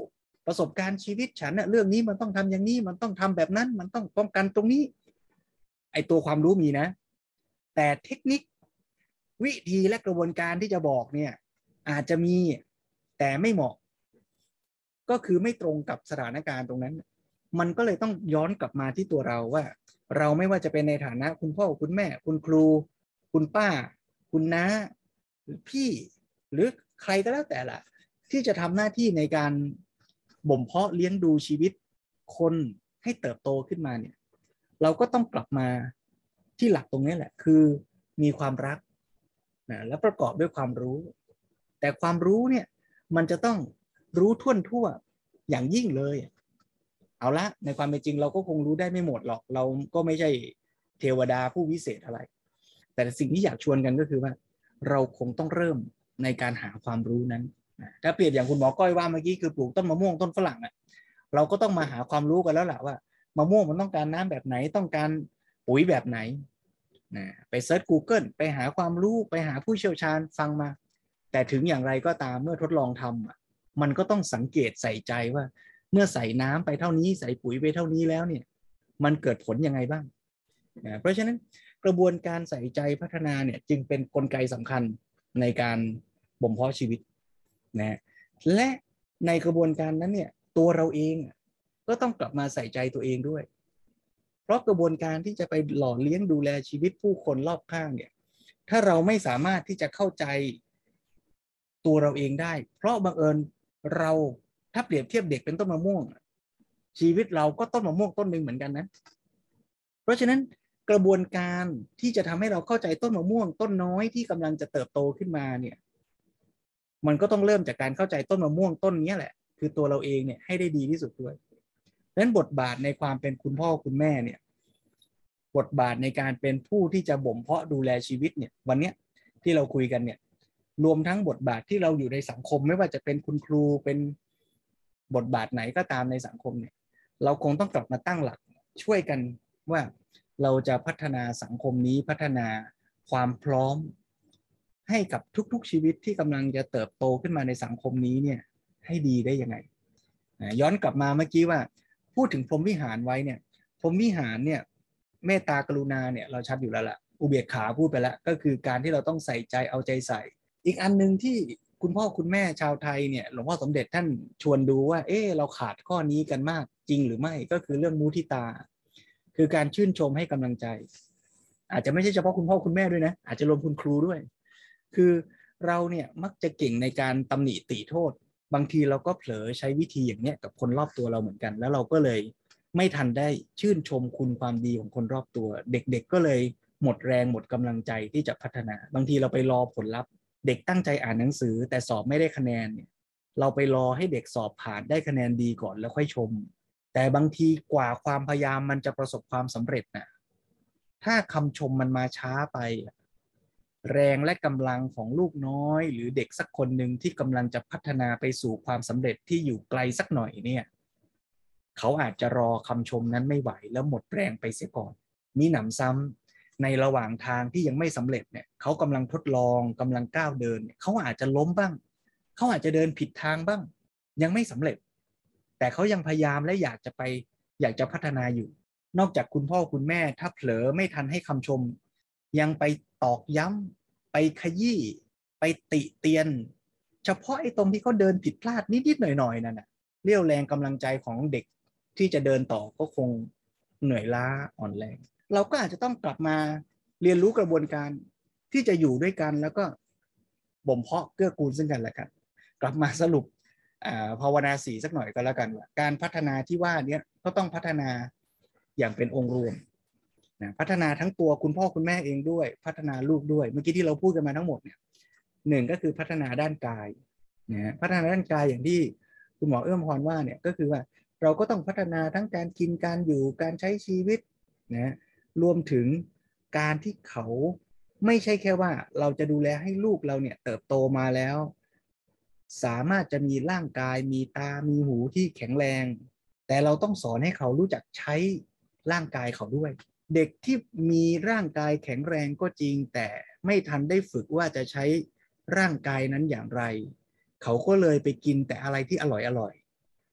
ประสบการณ์ชีวิตฉันเรื่องนี้มันต้องทำอย่างนี้มันต้องทำแบบนั้นมันต้องป้องกันตรงนี้ไอตัวความรู้มีนะแต่เทคนิควิธีและกระบวนการที่จะบอกเนี่ยอาจจะมีแต่ไม่เหมาะก็คือไม่ตรงกับสถานการณ์ตรงนั้นมันก็เลยต้องย้อนกลับมาที่ตัวเราว่าเราไม่ว่าจะเป็นในฐานะคุณพ่อคุณแม่คุณครูคุณป้าคุณน้าหรือพี่หรือใครก็แล้วแต่ละที่จะทำหน้าที่ในการบ่มเพาะเลี้ยงดูชีวิตคนให้เติบโตขึ้นมาเนี่ยเราก็ต้องกลับมาที่หลักตรงนี้แหละคือมีความรักนะและประกอบด้วยความรู้แต่ความรู้เนี่ยมันจะต้องรู้ท่วนทั่วอย่างยิ่งเลยเอาละในความเป็นจริงเราก็คงรู้ได้ไม่หมดหรอกเราก็ไม่ใช่เทวดาผู้วิเศษอะไรแต่สิ่งที่อยากชวนกันก็คือว่าเราคงต้องเริ่มในการหาความรู้นั้นถ้าเปรียบอย่างคุณหมอก้อยว่าเมื่อกี้คือปลูกต้นมะม่วงต้นฝรั่งเราก็ต้องมาหาความรู้กันแล้วแหละว่ามะม่วงมันต้องการน้ำแบบไหนต้องการปุ๋ยแบบไหนไปเซิร์ช Google ไปหาความรู้ไปหาผู้เชี่ยวชาญฟังมาแต่ถึงอย่างไรก็ตามเมื่อทดลองทำมันก็ต้องสังเกตใส่ใจว่าเมื่อใส่น้ำไปเท่านี้ใส่ปุ๋ยไปเท่านี้แล้วเนี่ยมันเกิดผลยังไงบ้างเพราะฉะนั้นกระบวนการใส่ใจพัฒนาเนี่ยจึงเป็นกลไกสำคัญในการบ่มเพาะชีวิตนะและในกระบวนการนั้นเนี่ยตัวเราเองก็ต้องกลับมาใส่ใจตัวเองด้วยเพราะกระบวนการที่จะไปหล่อเลี้ยงดูแลชีวิตผู้คนรอบข้างเนี่ยถ้าเราไม่สามารถที่จะเข้าใจตัวเราเองได้เพราะบังเอิญเราถ้าเปรียบเทียบเด็กเป็นต้นมะม่วงชีวิตเราก็ต้นมะม่วงต้นหนึ่งเหมือนกันนะเพราะฉะนั้นกระบวนการที่จะทำให้เราเข้าใจต้นมะม่วงต้นน้อยที่กำลังจะเติบโตขึ้นมาเนี่ยมันก็ต้องเริ่มจากการเข้าใจต้นมะม่วงต้นนี้แหละคือตัวเราเองเนี่ยให้ได้ดีที่สุดด้วยดังนั้นบทบาทในความเป็นคุณพ่อคุณแม่เนี่ยบทบาทในการเป็นผู้ที่จะบ่มเพาะดูแลชีวิตเนี่ยวันนี้ที่เราคุยกันเนี่ยรวมทั้งบทบาทที่เราอยู่ในสังคมไม่ว่าจะเป็นคุณครูเป็นบทบาทไหนก็ตามในสังคมเนี่ยเราคงต้องกลับมาตั้งหลักช่วยกันว่าเราจะพัฒนาสังคมนี้พัฒนาความพร้อมให้กับทุกๆชีวิตที่กำลังจะเติบโตขึ้นมาในสังคมนี้เนี่ยให้ดีได้ยังไงย้อนกลับมาเมื่อกี้ว่าพูดถึงพรหมวิหารไว้เนี่ยพรหมวิหารเนี่ยเมตตากรุณาเนี่ยเราชัดอยู่แล้วล่ะอุเบกขาพูดไปแล้วก็คือการที่เราต้องใส่ใจเอาใจใส่อีกอันนึงที่คุณพ่อคุณแม่ชาวไทยเนี่ยหลวงพ่อสมเด็จท่านชวนดูว่าเราขาดข้อนี้กันมากจริงหรือไม่ก็คือเรื่องมุทิตาคือการชื่นชมให้กำลังใจอาจจะไม่ใช่เฉพาะคุณพ่อคุณแม่ด้วยนะอาจจะรวมคุณครูด้วยคือเราเนี่ยมักจะเก่งในการตำหนิติโทษบางทีเราก็เผลอใช้วิธีอย่างเนี้ยกับคนรอบตัวเราเหมือนกันแล้วเราก็เลยไม่ทันได้ชื่นชมคุณความดีของคนรอบตัวเด็กๆก็เลยหมดแรงหมดกำลังใจที่จะพัฒนาบางทีเราไปรอผลลัพธ์เด็กตั้งใจอ่านหนังสือแต่สอบไม่ได้คะแนนเนี่ยเราไปรอให้เด็กสอบผ่านได้คะแนนดีก่อนแล้วค่อยชมแต่บางทีกว่าความพยายามมันจะประสบความสำเร็จนะถ้าคำชมมันมาช้าไปแรงและกำลังของลูกน้อยหรือเด็กสักคนหนึ่งที่กำลังจะพัฒนาไปสู่ความสำเร็จที่อยู่ไกลสักหน่อยเนี่ยเขาอาจจะรอคำชมนั้นไม่ไหวแล้วหมดแรงไปเสียก่อนมีหนำซ้ำในระหว่างทางที่ยังไม่สำเร็จเนี่ยเขากำลังทดลองกำลังก้าวเดินเขาอาจจะล้มบ้างเขาอาจจะเดินผิดทางบ้างยังไม่สำเร็จแต่เขายังพยายามและอยากจะพัฒนาอยู่นอกจากคุณพ่อคุณแม่ถ้าเผลอไม่ทันให้คำชมยังไปตอกย้ำไปขยี้ไปติเตียนเฉพาะไอ้ตรงที่เขาเดินผิดพลาดนิดๆหน่อยๆนั่นน่ะเรี่ยวแรงกำลังใจของเด็กที่จะเดินต่อก็คงเหนื่อยล้าอ่อนแรงเราก็อาจจะต้องกลับมาเรียนรู้กระบวนการที่จะอยู่ด้วยกันแล้วก็บ่มเพาะเกื้อกูลซึ่งกันและกันกลับมาสรุปภาวนาสีสักหน่อยก็แล้วกันว่าการพัฒนาที่ว่านี้ก็ต้องพัฒนาอย่างเป็นองค์รวมนะพัฒนาทั้งตัวคุณพ่อคุณแม่เองด้วยพัฒนาลูกด้วยเมื่อกี้ที่เราพูดกันมาทั้งหมดเนี่ยหนึ่งก็คือพัฒนาด้านกายนะพัฒนาด้านกายอย่างที่คุณหมอเอื้อมพรว่าเนี่ยก็คือว่าเราก็ต้องพัฒนาทั้งการกินการอยู่การใช้ชีวิตนะรวมถึงการที่เขาไม่ใช่แค่ว่าเราจะดูแลให้ลูกเราเนี่ยเติบโตมาแล้วสามารถจะมีร่างกายมีตามีหูที่แข็งแรงแต่เราต้องสอนให้เขารู้จักใช้ร่างกายเขาด้วยเด็กที่มีร่างกายแข็งแรงก็จริงแต่ไม่ทันได้ฝึกว่าจะใช้ร่างกายนั้นอย่างไรเขาก็เลยไปกินแต่อะไรที่อร่อย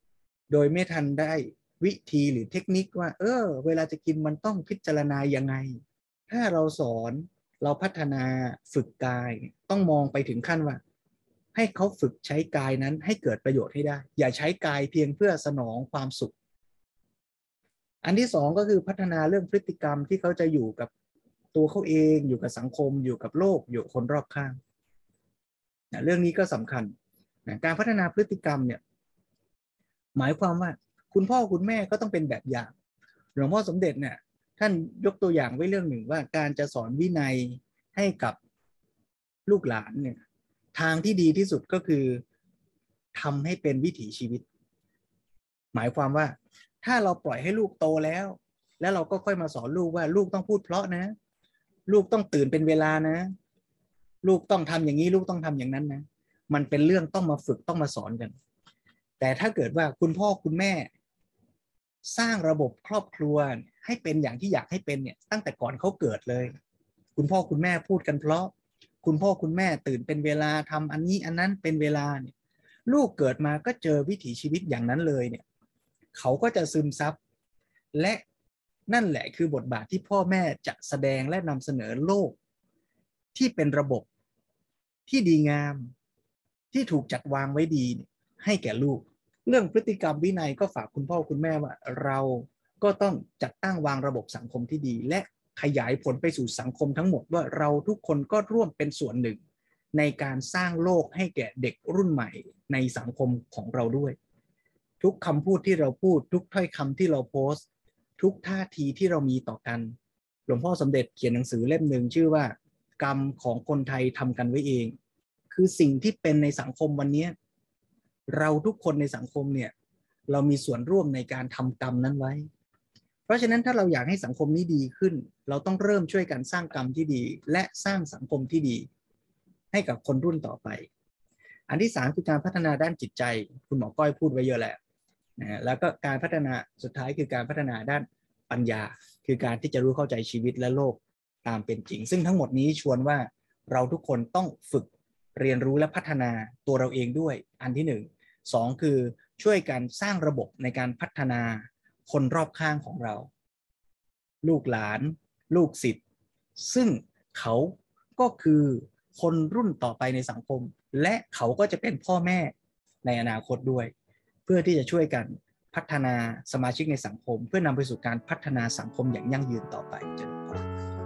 โดยไม่ทันได้วิธีหรือเทคนิคว่าเวลาจะกินมันต้องพิจารณายังไงถ้าเราสอนเราพัฒนาฝึกกายต้องมองไปถึงขั้นว่าให้เขาฝึกใช้กายนั้นให้เกิดประโยชน์ให้ได้อย่าใช้กายเพียงเพื่อสนองความสุขอันที่สองก็คือพัฒนาเรื่องพฤติกรรมที่เขาจะอยู่กับตัวเขาเองอยู่กับสังคมอยู่กับโลกอยู่กับคนรอบข้างเรื่องนี้ก็สำคัญการพัฒนาพฤติกรรมเนี่ยหมายความว่าคุณพ่อคุณแม่ก็ต้องเป็นแบบอย่างหลวงพ่อสมเด็จเนี่ยท่านยกตัวอย่างไว้เรื่องหนึ่งว่าการจะสอนวินัยให้กับลูกหลานเนี่ยทางที่ดีที่สุดก็คือทำให้เป็นวิถีชีวิตหมายความว่าถ้าเราปล่อยให้ลูกโตแล้วเราก็ค่อยมาสอนลูกว่าลูกต้องพูดเพราะนะลูกต้องตื่นเป็นเวลานะลูกต้องทำอย่างนี้ลูกต้องทำอย่างนั้นนะมันเป็นเรื่องต้องมาฝึกต้องมาสอนกันแต่ถ้าเกิดว่าคุณพ่อคุณแม่สร้างระบบครอบครัวให้เป็นอย่างที่อยากให้เป็นเนี่ยตั้งแต่ก่อนเขาเกิดเลยคุณพ่อคุณแม่พูดกันเพราะคุณพ่อคุณแม่ตื่นเป็นเวลาทำอันนี้อันนั้นเป็นเวลาเนี่ยลูกเกิดมาก็เจอวิถีชีวิตอย่างนั้นเลยเนี่ยเขาก็จะซึมซับและนั่นแหละคือบทบาทที่พ่อแม่จะแสดงและนำเสนอโลกที่เป็นระบบที่ดีงามที่ถูกจัดวางไว้ดีให้แก่ลูกเรื่องพฤติกรรมวินัยก็ฝากคุณพ่อคุณแม่ว่าเราก็ต้องจัดตั้งวางระบบสังคมที่ดีและขยายผลไปสู่สังคมทั้งหมดว่าเราทุกคนก็ร่วมเป็นส่วนหนึ่งในการสร้างโลกให้แก่เด็กรุ่นใหม่ในสังคมของเราด้วยทุกคำพูดที่เราพูดทุกถ้อยคำที่เราโพสต์ทุกท่าทีที่เรามีต่อกันหลวงพ่อสมเด็จเขียนหนังสือเล่มหนึ่งชื่อว่ากรรมของคนไทยทำกันไว้เองคือสิ่งที่เป็นในสังคมวันนี้เราทุกคนในสังคมเนี่ยเรามีส่วนร่วมในการทำกรรมนั้นไว้เพราะฉะนั้นถ้าเราอยากให้สังคมนี้ดีขึ้นเราต้องเริ่มช่วยกันสร้างกรรมที่ดีและสร้างสังคมที่ดีให้กับคนรุ่นต่อไปอันที่3คือการพัฒนาด้านจิตใจคุณหมอก้อยพูดไว้เยอะแล้วนะแล้วก็การพัฒนาสุดท้ายคือการพัฒนาด้านปัญญาคือการที่จะรู้เข้าใจชีวิตและโลกตามเป็นจริงซึ่งทั้งหมดนี้ชวนว่าเราทุกคนต้องฝึกเรียนรู้และพัฒนาตัวเราเองด้วยอันที่1 2คือช่วยกันสร้างระบบในการพัฒนาคนรอบข้างของเราลูกหลานลูกศิษย์ซึ่งเขาก็คือคนรุ่นต่อไปในสังคมและเขาก็จะเป็นพ่อแม่ในอนาคตด้วยเพื่อที่จะช่วยกันพัฒนาสมาชิกในสังคมเพื่อนำไปสู่การพัฒนาสังคมอย่างยั่งยืนต่อไป